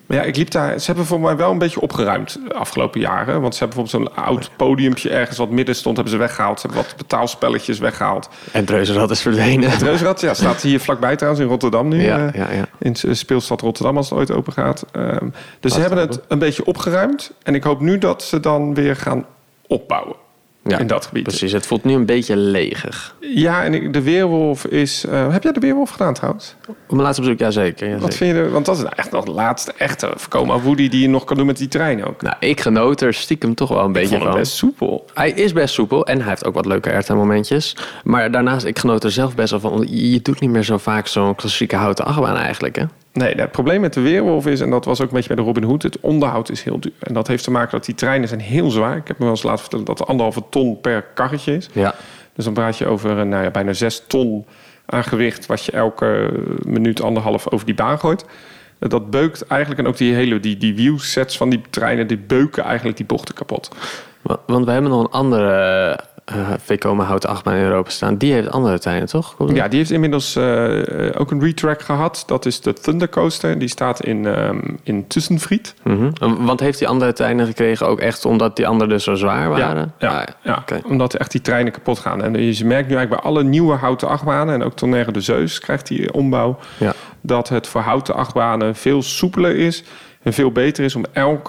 Maar ja, ik liep daar. Ze hebben voor mij wel een beetje opgeruimd de afgelopen jaren. Want ze hebben bijvoorbeeld zo'n oud podiumpje ergens wat midden stond, hebben ze weggehaald. Ze hebben wat betaalspelletjes weggehaald. En het Reuzenrad is verdwenen. Het Reuzenrad, ja, staat hier vlakbij trouwens in Rotterdam nu. Ja. In speelstad Rotterdam als het ooit open gaat. Dus ze hebben het een beetje opgeruimd. En ik hoop nu dat ze dan weer gaan opbouwen. Ja, in dat gebied. Precies, het voelt nu een beetje leeg. Ja, en de Weerwolf is... heb jij de Weerwolf gedaan trouwens? Op mijn laatste bezoek, ja zeker. Wat vind je er? Want dat is echt nog de laatste echte Vekoma Woody die je nog kan doen met die trein ook. Nou, ik genoot er stiekem toch wel een beetje van. Ik vond hem best soepel. Hij is best soepel en hij heeft ook wat leuke airtime-momentjes. Maar daarnaast, ik genoot er zelf best wel van. Je doet niet meer zo vaak zo'n klassieke houten achtbaan eigenlijk, hè? Nee, het probleem met de Weerwolf is, en dat was ook een beetje bij de Robin Hood, het onderhoud is heel duur. En dat heeft te maken dat die treinen zijn heel zwaar. Ik heb me wel eens laten vertellen dat er 1,5 ton per karretje is. Ja. Dus dan praat je over bijna 6 ton aan gewicht, wat je elke minuut 1,5 over die baan gooit. Dat beukt eigenlijk, en ook die wielsets van die treinen, die beuken eigenlijk die bochten kapot. Want we hebben nog een andere Vekoma houten achtbaan in Europa staan. Die heeft andere treinen, toch? Ja, die heeft inmiddels ook een retrack gehad. Dat is de Thunder Coaster. Die staat in Tussenfried. Mm-hmm. Want heeft die andere treinen gekregen ook echt omdat die anderen dus zo zwaar waren? Ja. Okay. Omdat echt die treinen kapot gaan. En je merkt nu eigenlijk bij alle nieuwe houten achtbanen, en ook Tonnerre de Zeus krijgt die ombouw, dat het voor houten achtbanen veel soepeler is en veel beter is om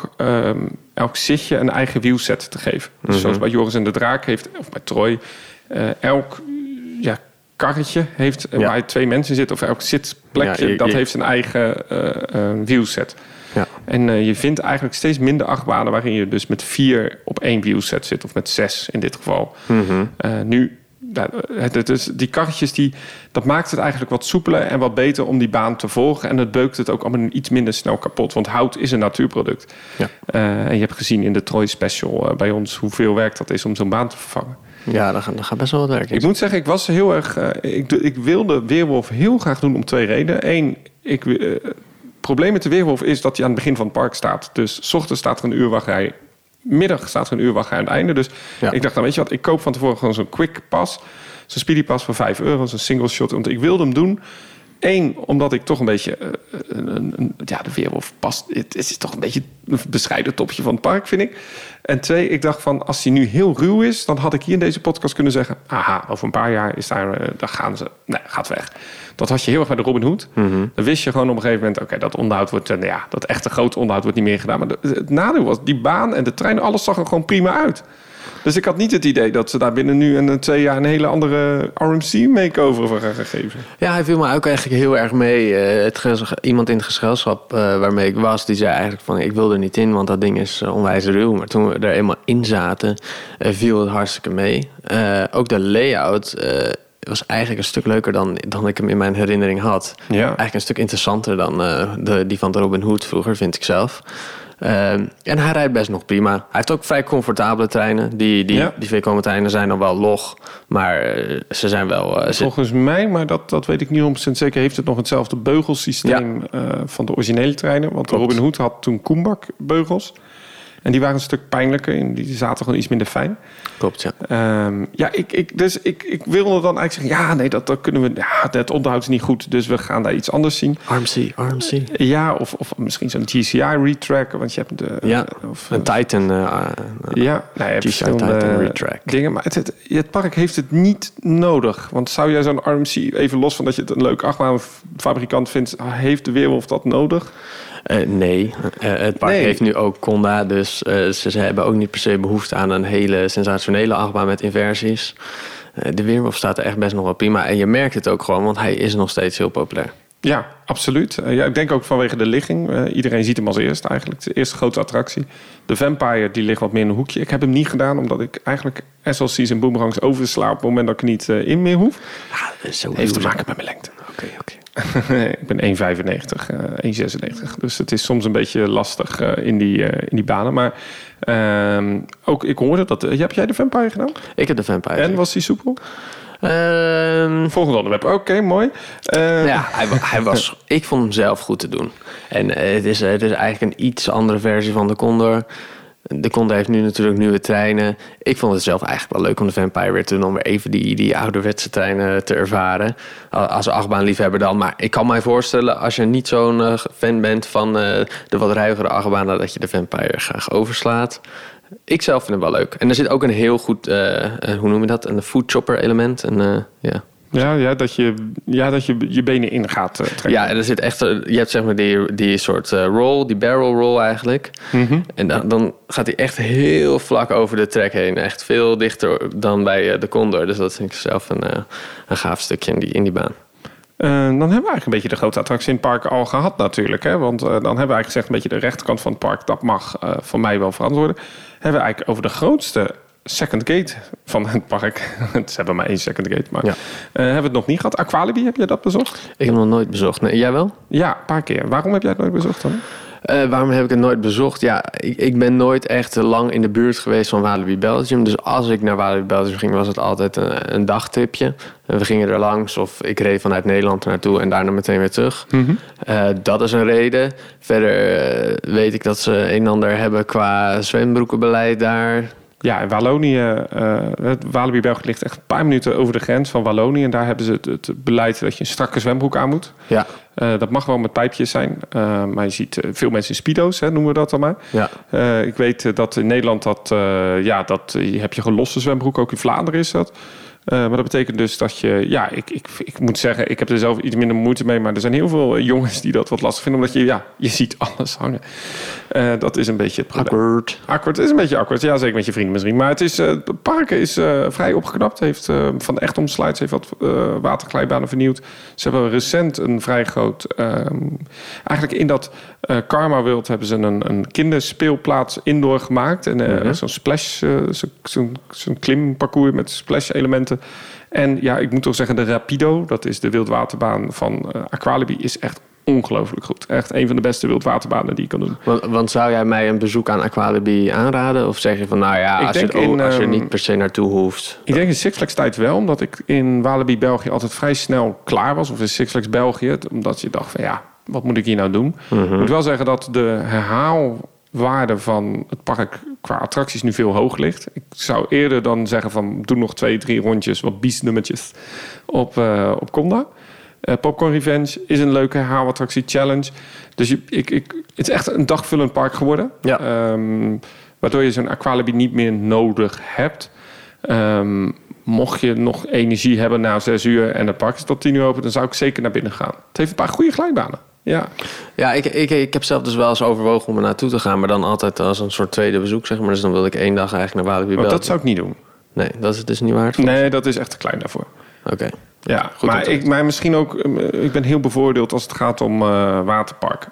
elk zitje een eigen wielset te geven. Dus zoals bij Joris en de Draak heeft, of bij Troy, elk karretje heeft waar 2 mensen zitten, of elk zitplekje, dat heeft zijn eigen wielset. Ja. En je vindt eigenlijk steeds minder achtbanen waarin je dus met 4 op 1 wielset zit, of met 6 in dit geval. Mm-hmm. Dus die karretjes, dat maakt het eigenlijk wat soepeler en wat beter om die baan te volgen. En het beukt het ook allemaal iets minder snel kapot. Want hout is een natuurproduct. Ja. En je hebt gezien in de Troy Special bij ons hoeveel werk dat is om zo'n baan te vervangen. Ja, dat gaat best wel wat werk in. Ik moet zeggen, ik was heel erg... Ik wilde Weerwolf heel graag doen om 2 redenen. 1, het probleem met de Weerwolf is dat hij aan het begin van het park staat. Dus 's ochtends staat er een uur wachtrij. Middag staat er een uur wachtrij aan het einde. Dus ik dacht, weet je wat, ik koop van tevoren gewoon zo'n quick pass. Zo'n speedy pass voor €5. Zo'n single shot. Want ik wilde hem doen. 1, omdat ik toch een beetje... de Weerwolf past. Het is toch een beetje een bescheiden topje van het park, vind ik. En 2, ik dacht van, als hij nu heel ruw is, dan had ik hier in deze podcast kunnen zeggen, aha, over een paar jaar is daar gaan ze... Nee, gaat weg. Dat had je heel erg bij de Robin Hood. Mm-hmm. Dan wist je gewoon op een gegeven moment, oké, dat onderhoud wordt... dat echte grote onderhoud wordt niet meer gedaan. Maar het nadeel was, die baan en de trein, alles zag er gewoon prima uit. Dus ik had niet het idee dat ze daar binnen nu 2 jaar een hele andere RMC-makeover van gaan geven. Ja, hij viel me ook eigenlijk heel erg mee. Iemand in het gezelschap waarmee ik was, die zei eigenlijk van, ik wil er niet in, want dat ding is onwijs ruw. Maar toen we er eenmaal in zaten, viel het hartstikke mee. Ook de layout was eigenlijk een stuk leuker dan ik hem in mijn herinnering had. Ja. Eigenlijk een stuk interessanter dan die van de Robin Hood vroeger, vind ik zelf. En hij rijdt best nog prima. Hij heeft ook vrij comfortabele treinen. Die Vekoma-treinen zijn nog wel log, maar ze zijn wel... Volgens mij, maar dat weet ik niet 100% zeker, heeft het nog hetzelfde beugelsysteem van de originele treinen. Want de Robin Hood had toen Koenbak-beugels. En die waren een stuk pijnlijker en die zaten gewoon iets minder fijn. Klopt, ja. Ik wilde dan eigenlijk zeggen, ja, nee, dat kunnen we... Ja, het onderhoud is niet goed, dus we gaan daar iets anders zien. RMC. Ja, of misschien zo'n GCI-retrack, want je hebt een Titan. GCI Titan retrack. Dingen, maar het park heeft het niet nodig. Want zou jij zo'n RMC, even los van dat je het een leuk achtbaanfabrikant vindt, heeft de Weerwolf dat nodig? Nee, het park heeft nu ook Conda, dus ze hebben ook niet per se behoefte aan een hele sensationele achtbaan met inversies. De Weerwolf staat er echt best nog wel prima en je merkt het ook gewoon, want hij is nog steeds heel populair. Ja, absoluut. Ik denk ook vanwege de ligging. Iedereen ziet hem als eerste eigenlijk. De eerste grote attractie. De Vampire, die ligt wat meer in een hoekje. Ik heb hem niet gedaan, omdat ik eigenlijk SLC's en boomerangs oversla op het moment dat ik niet in meer hoef. Ja, dat is zo heeft te maken met mijn lengte. Oké. Ik ben 1,95, 1,96. Dus het is soms een beetje lastig in die banen. Maar ook, ik hoorde dat... Heb jij de Vampire gedaan? Ik heb de Vampire. En was die soepel? Volgende onderwerp. Oké, mooi. Hij was... Ik vond hem zelf goed te doen. En het is eigenlijk een iets andere versie van de Condor. De Condor heeft nu natuurlijk nieuwe treinen. Ik vond het zelf eigenlijk wel leuk om de Vampire weer te doen, om weer even die ouderwetse treinen te ervaren. Als achtbaanliefhebber dan. Maar ik kan mij voorstellen, als je niet zo'n fan bent van de wat ruigere achtbanen, dat je de Vampire graag overslaat. Ik zelf vind het wel leuk. En er zit ook een heel goed, hoe noem je dat? Een food chopper element. Ja, dat je je benen in gaat trekken. Ja, en er zit echt, je hebt zeg maar die soort roll, die barrel roll eigenlijk. Mm-hmm. En dan gaat hij echt heel vlak over de trek heen. Echt veel dichter dan bij de Condor. Dus dat vind ik zelf een gaaf stukje in die baan. Dan hebben we eigenlijk een beetje de grote attractie in het park al gehad natuurlijk. Hè? Want dan hebben we eigenlijk gezegd, een beetje de rechterkant van het park, dat mag voor mij wel verantwoorden. Hebben we eigenlijk over de grootste second gate van het park. Ze hebben maar 1 second gate, maar hebben we het nog niet gehad. Aqualibi, heb je dat bezocht? Ik heb nog nooit bezocht. Nee, jij wel? Ja, een paar keer. Waarom heb jij het nooit bezocht dan? Waarom heb ik het nooit bezocht? Ja, ik ben nooit echt lang in de buurt geweest van Walibi Belgium. Dus als ik naar Walibi Belgium ging, was het altijd een dagtripje. We gingen er langs of ik reed vanuit Nederland naartoe en daarna meteen weer terug. Mm-hmm. Dat is een reden. Verder weet ik dat ze een en ander hebben qua zwembroekenbeleid daar. Ja, in Wallonië, Walibi België ligt echt een paar minuten over de grens van Wallonië. En daar hebben ze het beleid dat je een strakke zwembroek aan moet. Ja. Dat mag wel met pijpjes zijn. Maar je ziet veel mensen in speedo's, noemen we dat dan maar. Ja. Ik weet dat in Nederland heb je gewoon losse zwembroek. Ook in Vlaanderen is dat. Maar dat betekent dus dat je... Ja, ik moet zeggen, ik heb er zelf iets minder moeite mee. Maar er zijn heel veel jongens die dat wat lastig vinden. Omdat je ziet alles hangen. Dat is een beetje het probleem. Awkward is een beetje awkward. Ja, zeker met je vrienden misschien. Maar het park is vrij opgeknapt. Heeft van de Echtom Slides heeft wat waterglijbanen vernieuwd. Ze hebben recent een vrij groot... eigenlijk in dat Karma World hebben ze een kinderspeelplaats indoor gemaakt. En zo'n splash, zo'n klimparcours met splash elementen. En ja, ik moet toch zeggen, de Rapido, dat is de wildwaterbaan van Aqualibi, is echt ongelooflijk goed. Echt een van de beste wildwaterbanen die je kan doen. Want zou jij mij een bezoek aan Aqualibi aanraden? Of zeg je van, nou ja, als je er niet per se naartoe hoeft? Ik denk in Six Flags tijd wel, omdat ik in Walibi België altijd vrij snel klaar was. Of in Six Flags België, omdat je dacht van ja, wat moet ik hier nou doen? Mm-hmm. Ik moet wel zeggen dat de herhaalwaarde van het park qua attracties nu veel hoog ligt. Ik zou eerder dan zeggen van doe nog 2-3 rondjes, wat biesnummertjes op Conda. Popcorn Revenge is een leuke herhaalattractie challenge. Dus het is echt een dagvullend park geworden. Ja. Waardoor je zo'n Aqualibi niet meer nodig hebt. Mocht je nog energie hebben na 6 uur en het park is tot 10 uur open, dan zou ik zeker naar binnen gaan. Het heeft een paar goede glijbanen. Ja, ik heb zelf dus wel eens overwogen om er naartoe te gaan, maar dan altijd als een soort tweede bezoek, zeg maar. Dus dan wilde ik 1 dag eigenlijk naar Walibi Belgium. Dat zou ik niet doen. Nee, dat is dus niet waard. Nee, dat is echt te klein daarvoor. Oké. Ja, goed, maar misschien ook... Ik ben heel bevoordeeld als het gaat om waterparken.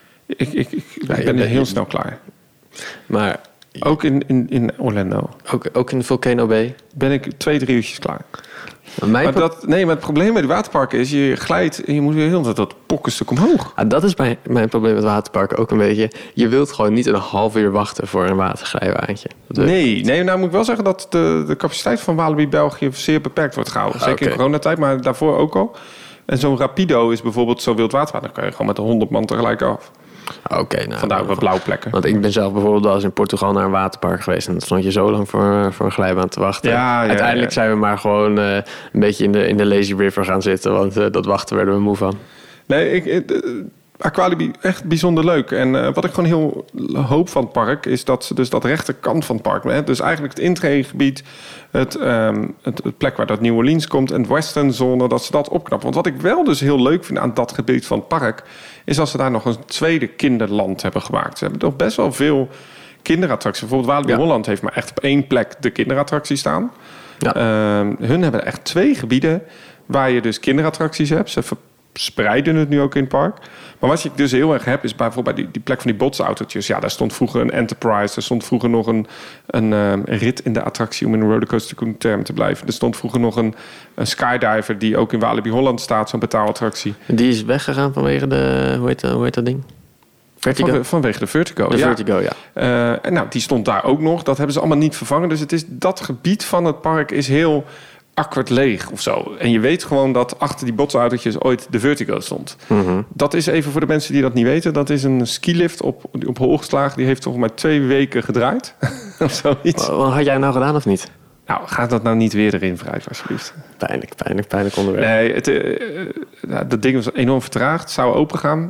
Ik ben heel snel klaar. Maar... Ook in Orlando. Ook in Volcano Bay? Ben ik 2-3 uurtjes klaar. Maar het probleem met de waterparken is, je glijdt en je moet weer heel dat pokkenstuk omhoog. Ah, dat is mijn probleem met waterparken ook een beetje. Je wilt gewoon niet een half uur wachten voor een waterglijbaantje. Nee, nou moet ik wel zeggen dat de capaciteit van Walibi België zeer beperkt wordt gehouden. Zeker in coronatijd, maar daarvoor ook al. En zo'n Rapido is bijvoorbeeld zo'n wildwaterbaan. Dan kan je gewoon met 100 man tegelijk af. Nou, vandaar ook wat blauwe plekken. Want ik ben zelf bijvoorbeeld al eens in Portugal naar een waterpark geweest. En dan stond je zo lang voor een glijbaan te wachten. Uiteindelijk zijn we maar gewoon een beetje in de Lazy River gaan zitten. Want dat wachten werden we moe van. Nee, Aqualibi echt bijzonder leuk. En wat ik gewoon heel hoop van het park is dat ze dus dat rechterkant van het park, dus eigenlijk het intreegebied, het plek waar dat New Orleans komt en het western zone, dat ze dat opknappen. Want wat ik wel dus heel leuk vind aan dat gebied van het park is dat ze daar nog een tweede kinderland hebben gemaakt. Ze hebben toch best wel veel kinderattracties. Bijvoorbeeld Walibi Holland heeft maar echt op 1 plek de kinderattractie staan. Ja. Hun hebben echt 2 gebieden waar je dus kinderattracties hebt. Ze spreiden het nu ook in het park. Maar wat je dus heel erg hebt, is bijvoorbeeld bij die plek van die botsautootjes. Ja, daar stond vroeger een Enterprise. Er stond vroeger nog een rit in de attractie om in een rollercoaster term te blijven. Er stond vroeger nog een skydiver die ook in Walibi Holland staat, zo'n betaalattractie. Die is weggegaan vanwege de, hoe heet dat ding? Vertigo? Vanwege de Vertigo. Vertigo, ja. En nou, die stond daar ook nog. Dat hebben ze allemaal niet vervangen. Dus het is dat gebied van het park is heel akkerd leeg of zo. En je weet gewoon dat achter die botsautootjes ooit de Vertigo stond. Mm-hmm. Dat is even voor de mensen die dat niet weten. Dat is een skilift op hol geslagen. Die heeft toch maar 2 weken gedraaid. Of zoiets. Wat had jij nou gedaan of niet? Nou, gaat dat nou niet weer erin wrijven, alsjeblieft. Pijnlijk onderwerp. Nee, dat ding was enorm vertraagd. Het zou open gaan.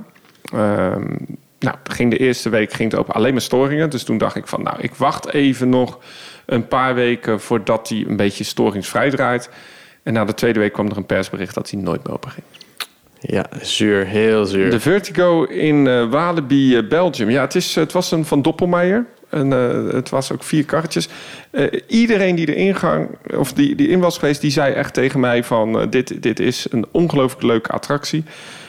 De eerste week ging het open, alleen maar storingen. Dus toen dacht ik van, ik wacht even nog een paar weken voordat hij een beetje storingsvrij draait. En na de tweede week kwam er een persbericht dat hij nooit meer open ging. Ja, zuur, heel zuur. De Vertigo in Walibi, Belgium. Ja, het was een Van Doppelmayr. En het was ook 4 karretjes. Iedereen die die in was geweest, die zei echt tegen mij van dit is een ongelooflijk leuke attractie.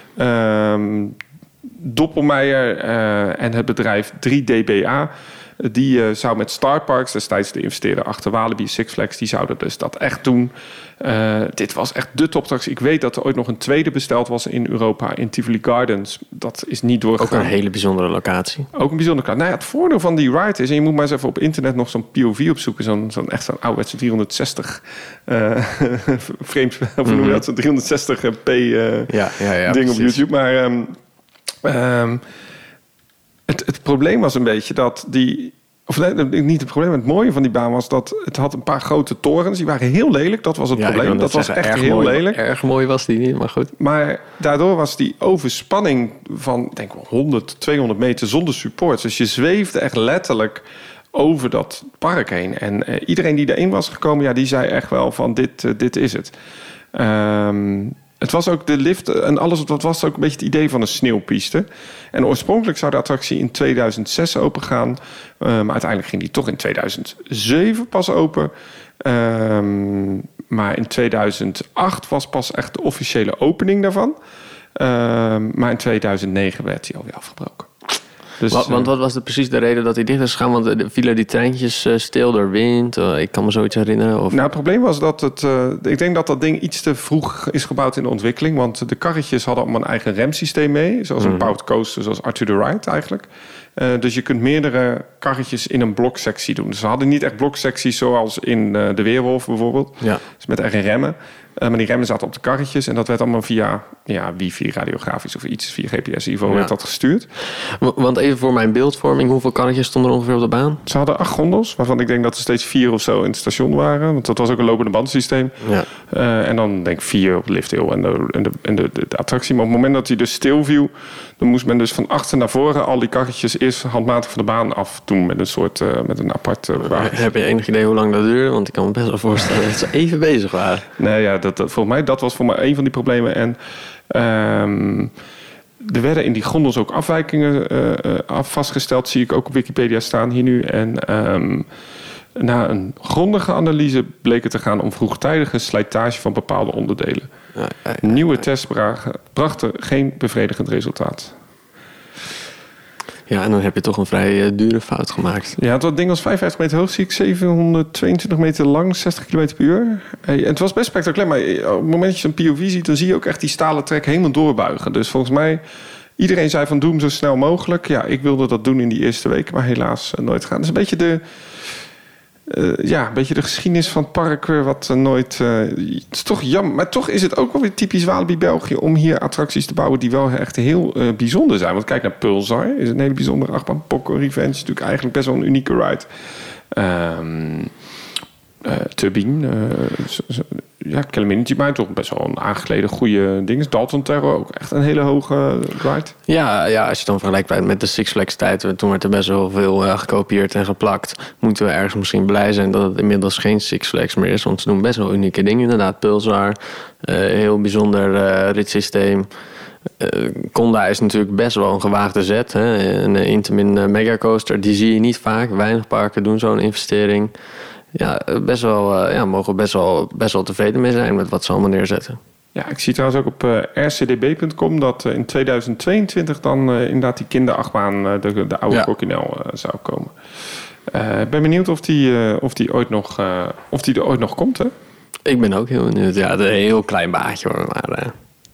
Doppelmayr en het bedrijf 3DBA. Die zou met Star Parks, destijds de investeerder achter Walibi, Six Flags, die zouden dus dat echt doen. Dit was echt de topattractie. Ik weet dat er ooit nog een tweede besteld was in Europa, in Tivoli Gardens. Dat is niet doorgegaan. Ook een hele bijzondere locatie. Ook een bijzondere locatie. Het voordeel van die ride is, en je moet maar eens even op internet nog zo'n POV opzoeken, zo'n ouderwetse 360 frames, of noem je dat, zo'n 360p ding op YouTube. Maar het probleem was een beetje dat niet het probleem, het mooie van die baan was dat het had een paar grote torens. Die waren heel lelijk, dat was het probleem. Dat was echt heel lelijk. Erg mooi was die niet, maar goed. Maar daardoor was die overspanning van, denk ik, 100, 200 meter zonder support. Dus je zweefde echt letterlijk over dat park heen. En iedereen die erin was gekomen, die zei echt wel van dit is het. Het was ook de lift en alles. Dat was ook een beetje het idee van een sneeuwpiste. En oorspronkelijk zou de attractie in 2006 open gaan. Maar uiteindelijk ging die toch in 2007 pas open. Maar in 2008 was pas echt de officiële opening daarvan. Maar in 2009 werd die alweer afgebroken. Dus, want wat was precies de reden dat hij dicht is gegaan? Want vielen die treintjes stil door wind? Ik kan me zoiets herinneren. Of? Nou, het probleem was dat ik denk dat dat ding iets te vroeg is gebouwd in de ontwikkeling. Want de karretjes hadden allemaal een eigen remsysteem mee. Zoals een powered coaster, zoals Arthur the Ride eigenlijk. Dus je kunt meerdere karretjes in een bloksectie doen. Dus ze hadden niet echt bloksecties zoals in de Weerwolf bijvoorbeeld. Ja. Dus met eigen remmen. Maar die remmen zaten op de karretjes. En dat werd allemaal via wifi, radiografisch of iets. Via GPS-niveau werd dat gestuurd. Want even voor mijn beeldvorming. Hoeveel karretjes stonden er ongeveer op de baan? Ze hadden 8 gondels. Waarvan ik denk dat er steeds 4 of zo in het station waren. Want dat was ook een lopende bandsysteem. Ja. En dan denk ik 4 op de lifthill en de attractie. Maar op het moment dat hij dus stil viel, dan moest men dus van achter naar voren al die karretjes eerst handmatig van de baan af doen. Met een soort, met een apart Heb je enig idee hoe lang dat duurde? Want ik kan me best wel voorstellen dat ze even bezig waren. Nee, ja, dat was voor mij een van die problemen. En er werden in die gondels ook afwijkingen vastgesteld. Zie ik ook op Wikipedia staan hier nu. En na een grondige analyse bleek het te gaan om vroegtijdige slijtage van bepaalde onderdelen. Nieuwe tests brachten geen bevredigend resultaat. Ja, en dan heb je toch een vrij dure fout gemaakt. Ja, het ding was 55 meter hoog, zie ik 722 meter lang, 60 km per uur. En het was best spectaculair, maar op het moment dat je een POV ziet, dan zie je ook echt die stalen trek helemaal doorbuigen. Dus volgens mij, iedereen zei van doe hem zo snel mogelijk. Ja, ik wilde dat doen in die eerste weken, maar helaas nooit gaan. Dat is een beetje een beetje de geschiedenis van het park wat nooit... het is toch jammer, maar toch is het ook wel weer typisch Walibi België om hier attracties te bouwen die wel echt heel bijzonder zijn. Want kijk naar Pulsar, is een hele bijzondere achtbaan. Poco Revenge is natuurlijk eigenlijk best wel een unieke ride. Turbine, Calamity Mine, toch best wel een aangeklede goede ding. Dalton Terror, ook echt een hele hoge ride. Ja, als je dan vergelijkt met de Six Flags tijd, toen werd er best wel veel gekopieerd en geplakt. Moeten we ergens misschien blij zijn dat het inmiddels geen Six Flags meer is, want ze doen best wel unieke dingen. Inderdaad, Pulsar, heel bijzonder ritssysteem. Conda is natuurlijk best wel een gewaagde zet. Hè? Een Intamin Megacoaster, die zie je niet vaak. Weinig parken doen zo'n investering. Ja, mogen best wel tevreden mee zijn met wat ze allemaal neerzetten. Ja, ik zie trouwens ook op rcdb.com dat in 2022 dan inderdaad die kinderachtbaan, de oude Coquinel, zou komen. Ik ben benieuwd of die er ooit nog komt, hè? Ik ben ook heel benieuwd. Ja, een heel klein baatje hoor, maar...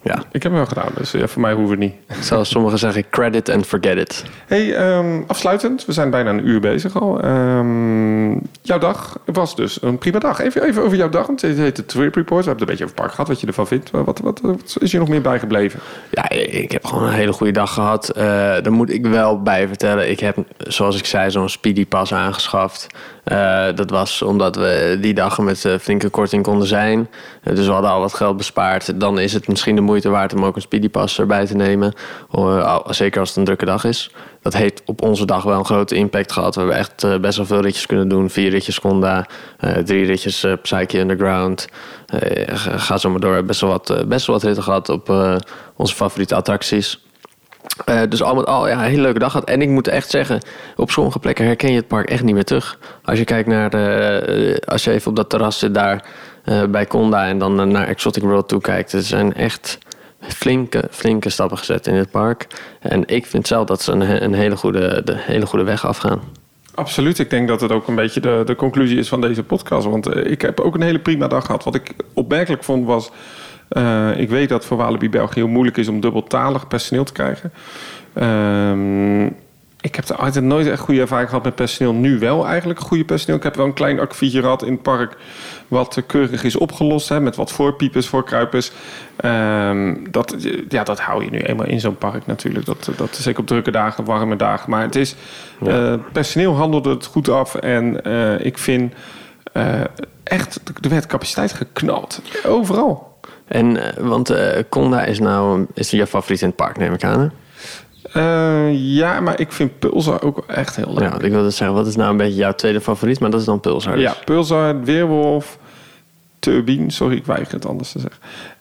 Ja. Ik heb hem wel gedaan, dus voor mij hoeven het niet. Zoals sommigen zeggen, credit and forget it. Hey, afsluitend. We zijn bijna een uur bezig al. Jouw dag was dus een prima dag. Even over jouw dag. Want het heet de Trip Report. We hebben het een beetje over het park gehad. Wat je ervan vindt. Wat is je nog meer bijgebleven? Ja, ik heb gewoon een hele goede dag gehad. Daar moet ik wel bij vertellen. Ik heb, zoals ik zei, zo'n Speedy Pass aangeschaft. Dat was omdat we die dag met flinke korting konden zijn. Dus we hadden al wat geld bespaard. Dan is het misschien de moeite waard om ook een Speedy Pass erbij te nemen. Zeker als het een drukke dag is. Dat heeft op onze dag wel een grote impact gehad. We hebben echt best wel veel ritjes kunnen doen. 4 ritjes Conda, 3 ritjes Psyche Underground. Ga zo maar door. We hebben best wel wat ritten gehad op onze favoriete attracties. Dus al met al, ja, een hele leuke dag gehad. En ik moet echt zeggen, op sommige plekken herken je het park echt niet meer terug. Als je kijkt naar als je even op dat terras zit daar bij Conda en dan naar Exotic World toe kijkt. Er zijn echt flinke stappen gezet in het park. En ik vind zelf dat ze een hele goede weg afgaan. Absoluut. Ik denk dat het ook een beetje de conclusie is van deze podcast. Want ik heb ook een hele prima dag gehad. Wat ik opmerkelijk vond was... ik weet dat voor Walibi België heel moeilijk is om dubbeltalig personeel te krijgen. Ik heb er altijd nooit echt goede ervaring gehad met personeel. Nu wel eigenlijk goede personeel. Ik heb wel een klein akkefietje gehad in het park... wat keurig is opgelost, hè, met wat voorpiepers, voorkruipers. Dat hou je nu eenmaal in zo'n park natuurlijk. Dat is zeker op drukke dagen, warme dagen. Maar het is... personeel handelde het goed af. En ik vind echt... Er werd capaciteit geknald. Overal. En want Conda is je favoriet in het park, neem ik aan, hè? Ja, maar ik vind Pulsar ook echt heel leuk. Ja, ik wilde zeggen, wat is nou een beetje jouw tweede favoriet? Maar dat is dan Pulsar. Dus. Ja, Pulsar, Weerwolf, Turbine. Sorry, ik weiger het anders te zeggen.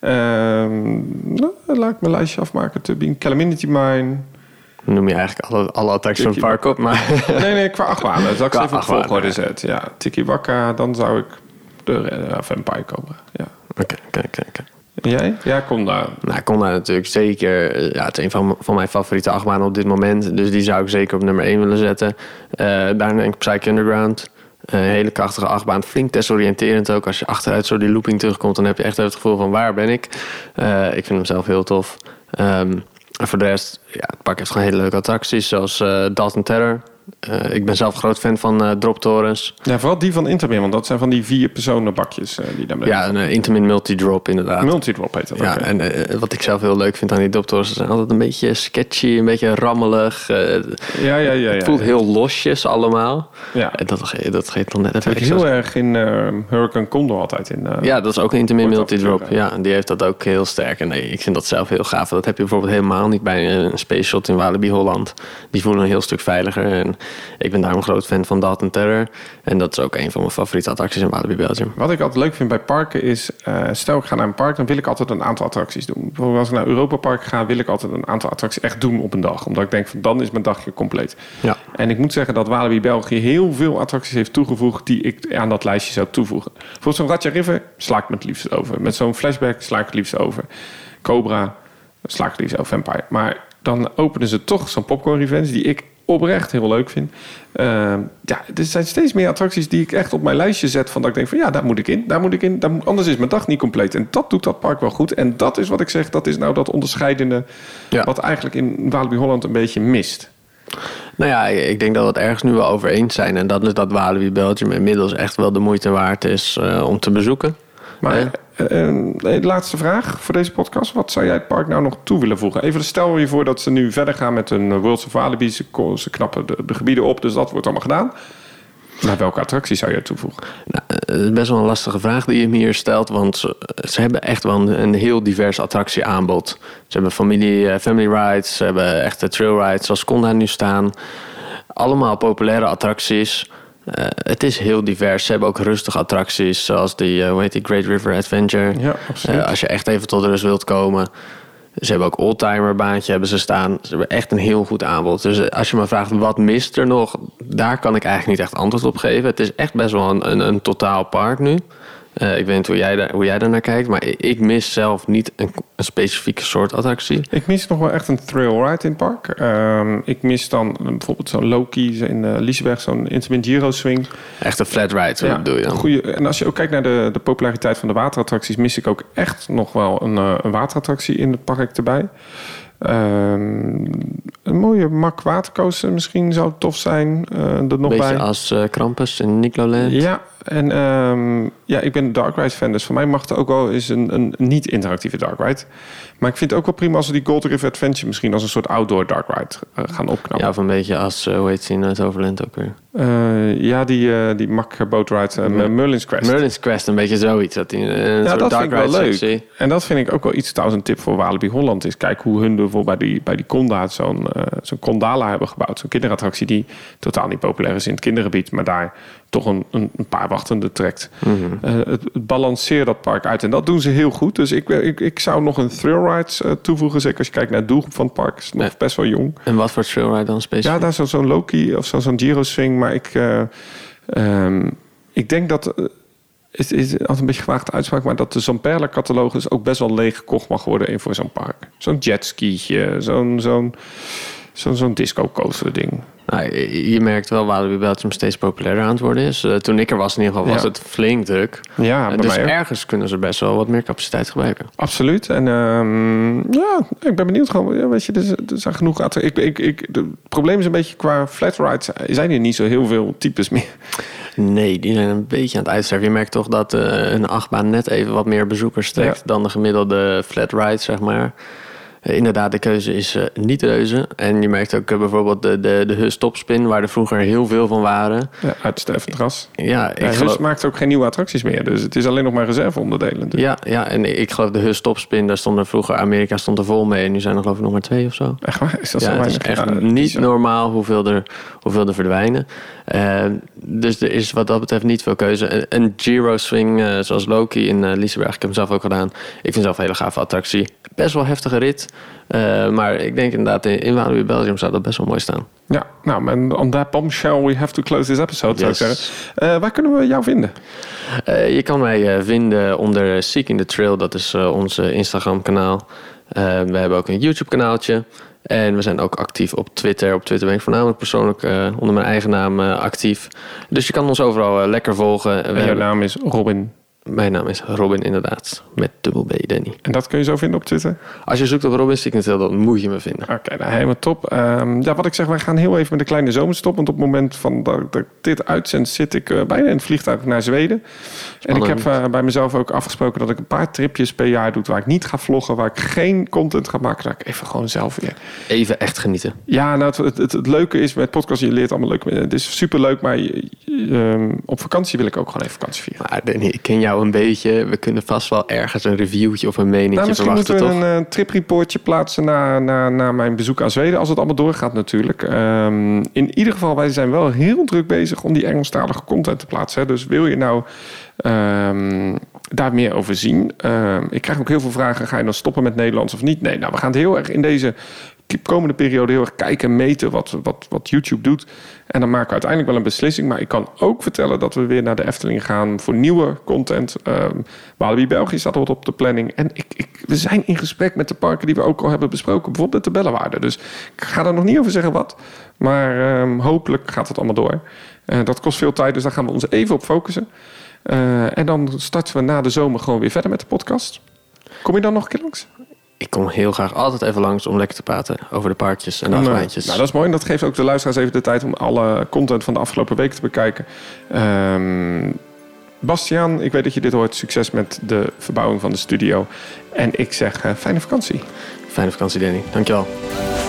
Laat ik mijn lijstje afmaken. Turbine, Calamity Mine. Dan noem je eigenlijk alle attracties van het park op. Maar... Nee, qua achtbanen. Zal ik ze even op volgorde zetten. Ja, Tiki Waka, dan zou ik de Vampire Cobra. Ja. Oké. En jij? Ja, Conda. Nou, Conda natuurlijk zeker. Ja, het is een van mijn favoriete achtbanen op dit moment. Dus die zou ik zeker op nummer 1 willen zetten. Daarna denk ik Psyche Underground. Hele krachtige achtbaan. Flink desoriënterend ook. Als je achteruit zo die looping terugkomt... dan heb je echt het gevoel van waar ben ik? Ik vind hem zelf heel tof. En voor de rest, ja, het park heeft gewoon hele leuke attracties. Zoals Dalton Terror. Ik ben zelf groot fan van droptorens. Ja, vooral die van Intamin, want dat zijn van die 4 personen bakjes die daar ja, een Intamin multidrop inderdaad. Multidrop heet dat. Ja, okay. En wat ik zelf heel leuk vind aan die droptorens, ze zijn altijd een beetje sketchy, een beetje rammelig. Het voelt heel losjes allemaal. Ja. En dat geeft dan net even heel erg in Hurricane Condor altijd in. Ja, dat is ook een Intamin multidrop. Ja, en die heeft dat ook heel sterk. En ik vind dat zelf heel gaaf. Dat heb je bijvoorbeeld helemaal niet bij een Space Shot in Walibi Holland. Die voelen een heel stuk veiliger. En ik ben daarom een groot fan van Dalton Terror. En dat is ook een van mijn favoriete attracties in Walibi Belgium. Wat ik altijd leuk vind bij parken is... stel ik ga naar een park, dan wil ik altijd een aantal attracties doen. Bijvoorbeeld als ik naar Europa Park ga... wil ik altijd een aantal attracties echt doen op een dag. Omdat ik denk van dan is mijn dagje compleet. Ja. En ik moet zeggen dat Walibi België heel veel attracties heeft toegevoegd... die ik aan dat lijstje zou toevoegen. Voor zo'n Ratja River sla ik me het liefst over. Met zo'n Flashback sla ik het liefst over. Cobra sla ik het liefst over. Vampire. Maar dan openen ze toch zo'n popcorn revenge... die ik oprecht heel leuk vind. Er zijn steeds meer attracties die ik echt op mijn lijstje zet... van dat ik denk van ja, daar moet ik in. Anders is mijn dag niet compleet. En dat doet dat park wel goed. En dat is wat ik zeg, dat is nou dat onderscheidende... wat eigenlijk in Walibi Holland een beetje mist. Nou ja, ik denk dat we het ergens nu wel over eens zijn. En dat is dat Walibi Belgium inmiddels echt wel de moeite waard is om te bezoeken. Maar de laatste vraag voor deze podcast. Wat zou jij het park nou nog toe willen voegen? Even stel je voor dat ze nu verder gaan met een Worlds of Walibi. Ze knappen de gebieden op, dus dat wordt allemaal gedaan. Maar welke attractie zou je toevoegen? Nou, het is best wel een lastige vraag die je me hier stelt. Want ze hebben echt wel een heel divers attractieaanbod. Ze hebben family rides. Ze hebben echte trail rides zoals Conda nu staan. Allemaal populaire attracties. Het is heel divers. Ze hebben ook rustige attracties zoals die Great River Adventure. Ja, absoluut. Als je echt even tot rust wilt komen. Ze hebben ook oldtimer baantje hebben ze staan. Ze hebben echt een heel goed aanbod. Dus als je me vraagt wat mist er nog, daar kan ik eigenlijk niet echt antwoord op geven. Het is echt best wel een totaal park nu. Ik weet niet hoe jij daar naar kijkt, maar ik mis zelf niet een specifieke soort attractie. Ik mis nog wel echt een thrill ride in het park. Ik mis dan bijvoorbeeld zo'n Loki in Liseberg, zo'n Intamin Giro swing. Echt een flat ride, bedoel je dan? Goeie, en als je ook kijkt naar de populariteit van de waterattracties, mis ik ook echt nog wel een waterattractie in het park erbij. Een mooie mak watercoaster misschien zou tof zijn. Er nog beetje bij. Als Krampus in Nicloland. Ja, en ik ben een dark ride fan, dus voor mij mag het ook wel eens een niet-interactieve dark ride. Maar ik vind het ook wel prima als we die Gold River Adventure misschien als een soort outdoor dark ride gaan opknappen. Ja, of een beetje als, hoe heet ze in het Overland ook weer? Die mak boat ride, Merlin's Quest. Merlin's Quest, een beetje zoiets. Dat vind ik wel leuk. En dat vind ik ook wel iets, trouwens een tip voor Walibi Holland is, kijk hoe hun bijvoorbeeld bij die Conda zo'n Condala hebben gebouwd. Zo'n kinderattractie die totaal niet populair is in het kindergebied, maar daar toch een paar wachtenden trekt. Mm-hmm. Het balanceert dat park uit. En dat doen ze heel goed. Dus ik zou nog een thrill ride toevoegen. Zeker als je kijkt naar het doelgroep van het park. Is nog best wel jong. En wat voor thrill ride dan specifiek? Ja, daar zo'n Loki of zo'n Giro swing. Maar ik denk dat... Het is altijd een beetje gewaagde uitspraak, maar dat de Zamperla-catalogus ook best wel leeg gekocht mag worden voor zo'n park. Zo'n jetskietje, zo'n disco-coaster ding. Nou, je merkt wel Walibi Belgium steeds populairder aan het worden is. Toen ik er was in ieder geval, was het flink druk. Ja, dus ergens kunnen ze best wel wat meer capaciteit gebruiken. Absoluut. En ik ben benieuwd gewoon. Ja, weet je, er zijn genoeg. Het probleem is een beetje qua flat rides zijn er niet zo heel veel types meer. Nee, die zijn een beetje aan het uitsterven. Je merkt toch dat een achtbaan net even wat meer bezoekers trekt dan de gemiddelde flat ride, zeg maar. Inderdaad, de keuze is niet reuze. En je merkt ook bijvoorbeeld de Hus Topspin, waar er vroeger heel veel van waren. Ja, uit stervend ras. Ja, Hus maakt ook geen nieuwe attracties meer. Dus het is alleen nog maar reserveonderdelen. Dus. Ja, en ik geloof de Hus Topspin, daar stonden vroeger, Amerika stond er vol mee. En nu zijn er geloof ik nog maar 2 of zo. Echt waar? Is dat zo weinig? Het is echt niet normaal hoeveel er verdwijnen. Dus er is wat dat betreft niet veel keuze. Een Giro swing zoals Loki in Liseberg, ik heb hem zelf ook gedaan. Ik vind zelf een hele gave attractie. Best wel heftige rit. Maar ik denk inderdaad, in Walibi Belgium zou dat best wel mooi staan. Ja, nou, on that bombshell we have to close this episode, zou ik zeggen. Waar kunnen we jou vinden? Je kan mij vinden onder Seeking the Trail. Dat is ons Instagram-kanaal. We hebben ook een YouTube-kanaaltje. En we zijn ook actief op Twitter. Op Twitter ben ik voornamelijk persoonlijk onder mijn eigen naam actief. Dus je kan ons overal lekker volgen. En jouw naam is Robin? Mijn naam is Robin, inderdaad. Met dubbel B, Danny. En dat kun je zo vinden op Twitter? Als je zoekt op Robin Seeking the Trail, dan moet je me vinden. Oké, nou helemaal top. Wat ik zeg, wij gaan heel even met een kleine zomerstop. Want op het moment van dat ik dit uitzend, zit ik bijna in het vliegtuig naar Zweden. Spannend. En ik heb bij mezelf ook afgesproken dat ik een paar tripjes per jaar doe waar ik niet ga vloggen, waar ik geen content ga maken. Dat ik even gewoon zelf weer... Even echt genieten. Ja, nou het leuke is met podcast, je leert allemaal leuk. Het is superleuk, maar op vakantie wil ik ook gewoon even vakantie vieren. Maar Danny, ik ken jou een beetje. We kunnen vast wel ergens een reviewtje of een meningje verwachten, toch? Misschien moeten we een tripreportje plaatsen na mijn bezoek aan Zweden, als het allemaal doorgaat natuurlijk. In ieder geval, wij zijn wel heel druk bezig om die Engelstalige content te plaatsen. Hè. Dus wil je nou daar meer over zien? Ik krijg ook heel veel vragen. Ga je dan stoppen met Nederlands of niet? Nee, nou, we gaan het heel erg in deze komende periode heel erg kijken en meten wat YouTube doet. En dan maken we uiteindelijk wel een beslissing. Maar ik kan ook vertellen dat we weer naar de Efteling gaan voor nieuwe content. Walibi België staat wat op de planning. En we zijn in gesprek met de parken die we ook al hebben besproken. Bijvoorbeeld met de Bellewaarde. Dus ik ga er nog niet over zeggen wat. Maar hopelijk gaat het allemaal door. Dat kost veel tijd, dus daar gaan we ons even op focussen. En dan starten we na de zomer gewoon weer verder met de podcast. Kom je dan nog een keer langs? Ik kom heel graag altijd even langs om lekker te praten over de parkjes en de achtbaantjes. Nou, dat is mooi en dat geeft ook de luisteraars even de tijd om alle content van de afgelopen weken te bekijken. Bastiaan, ik weet dat je dit hoort. Succes met de verbouwing van de studio. En ik zeg fijne vakantie. Fijne vakantie, Danny. Dankjewel.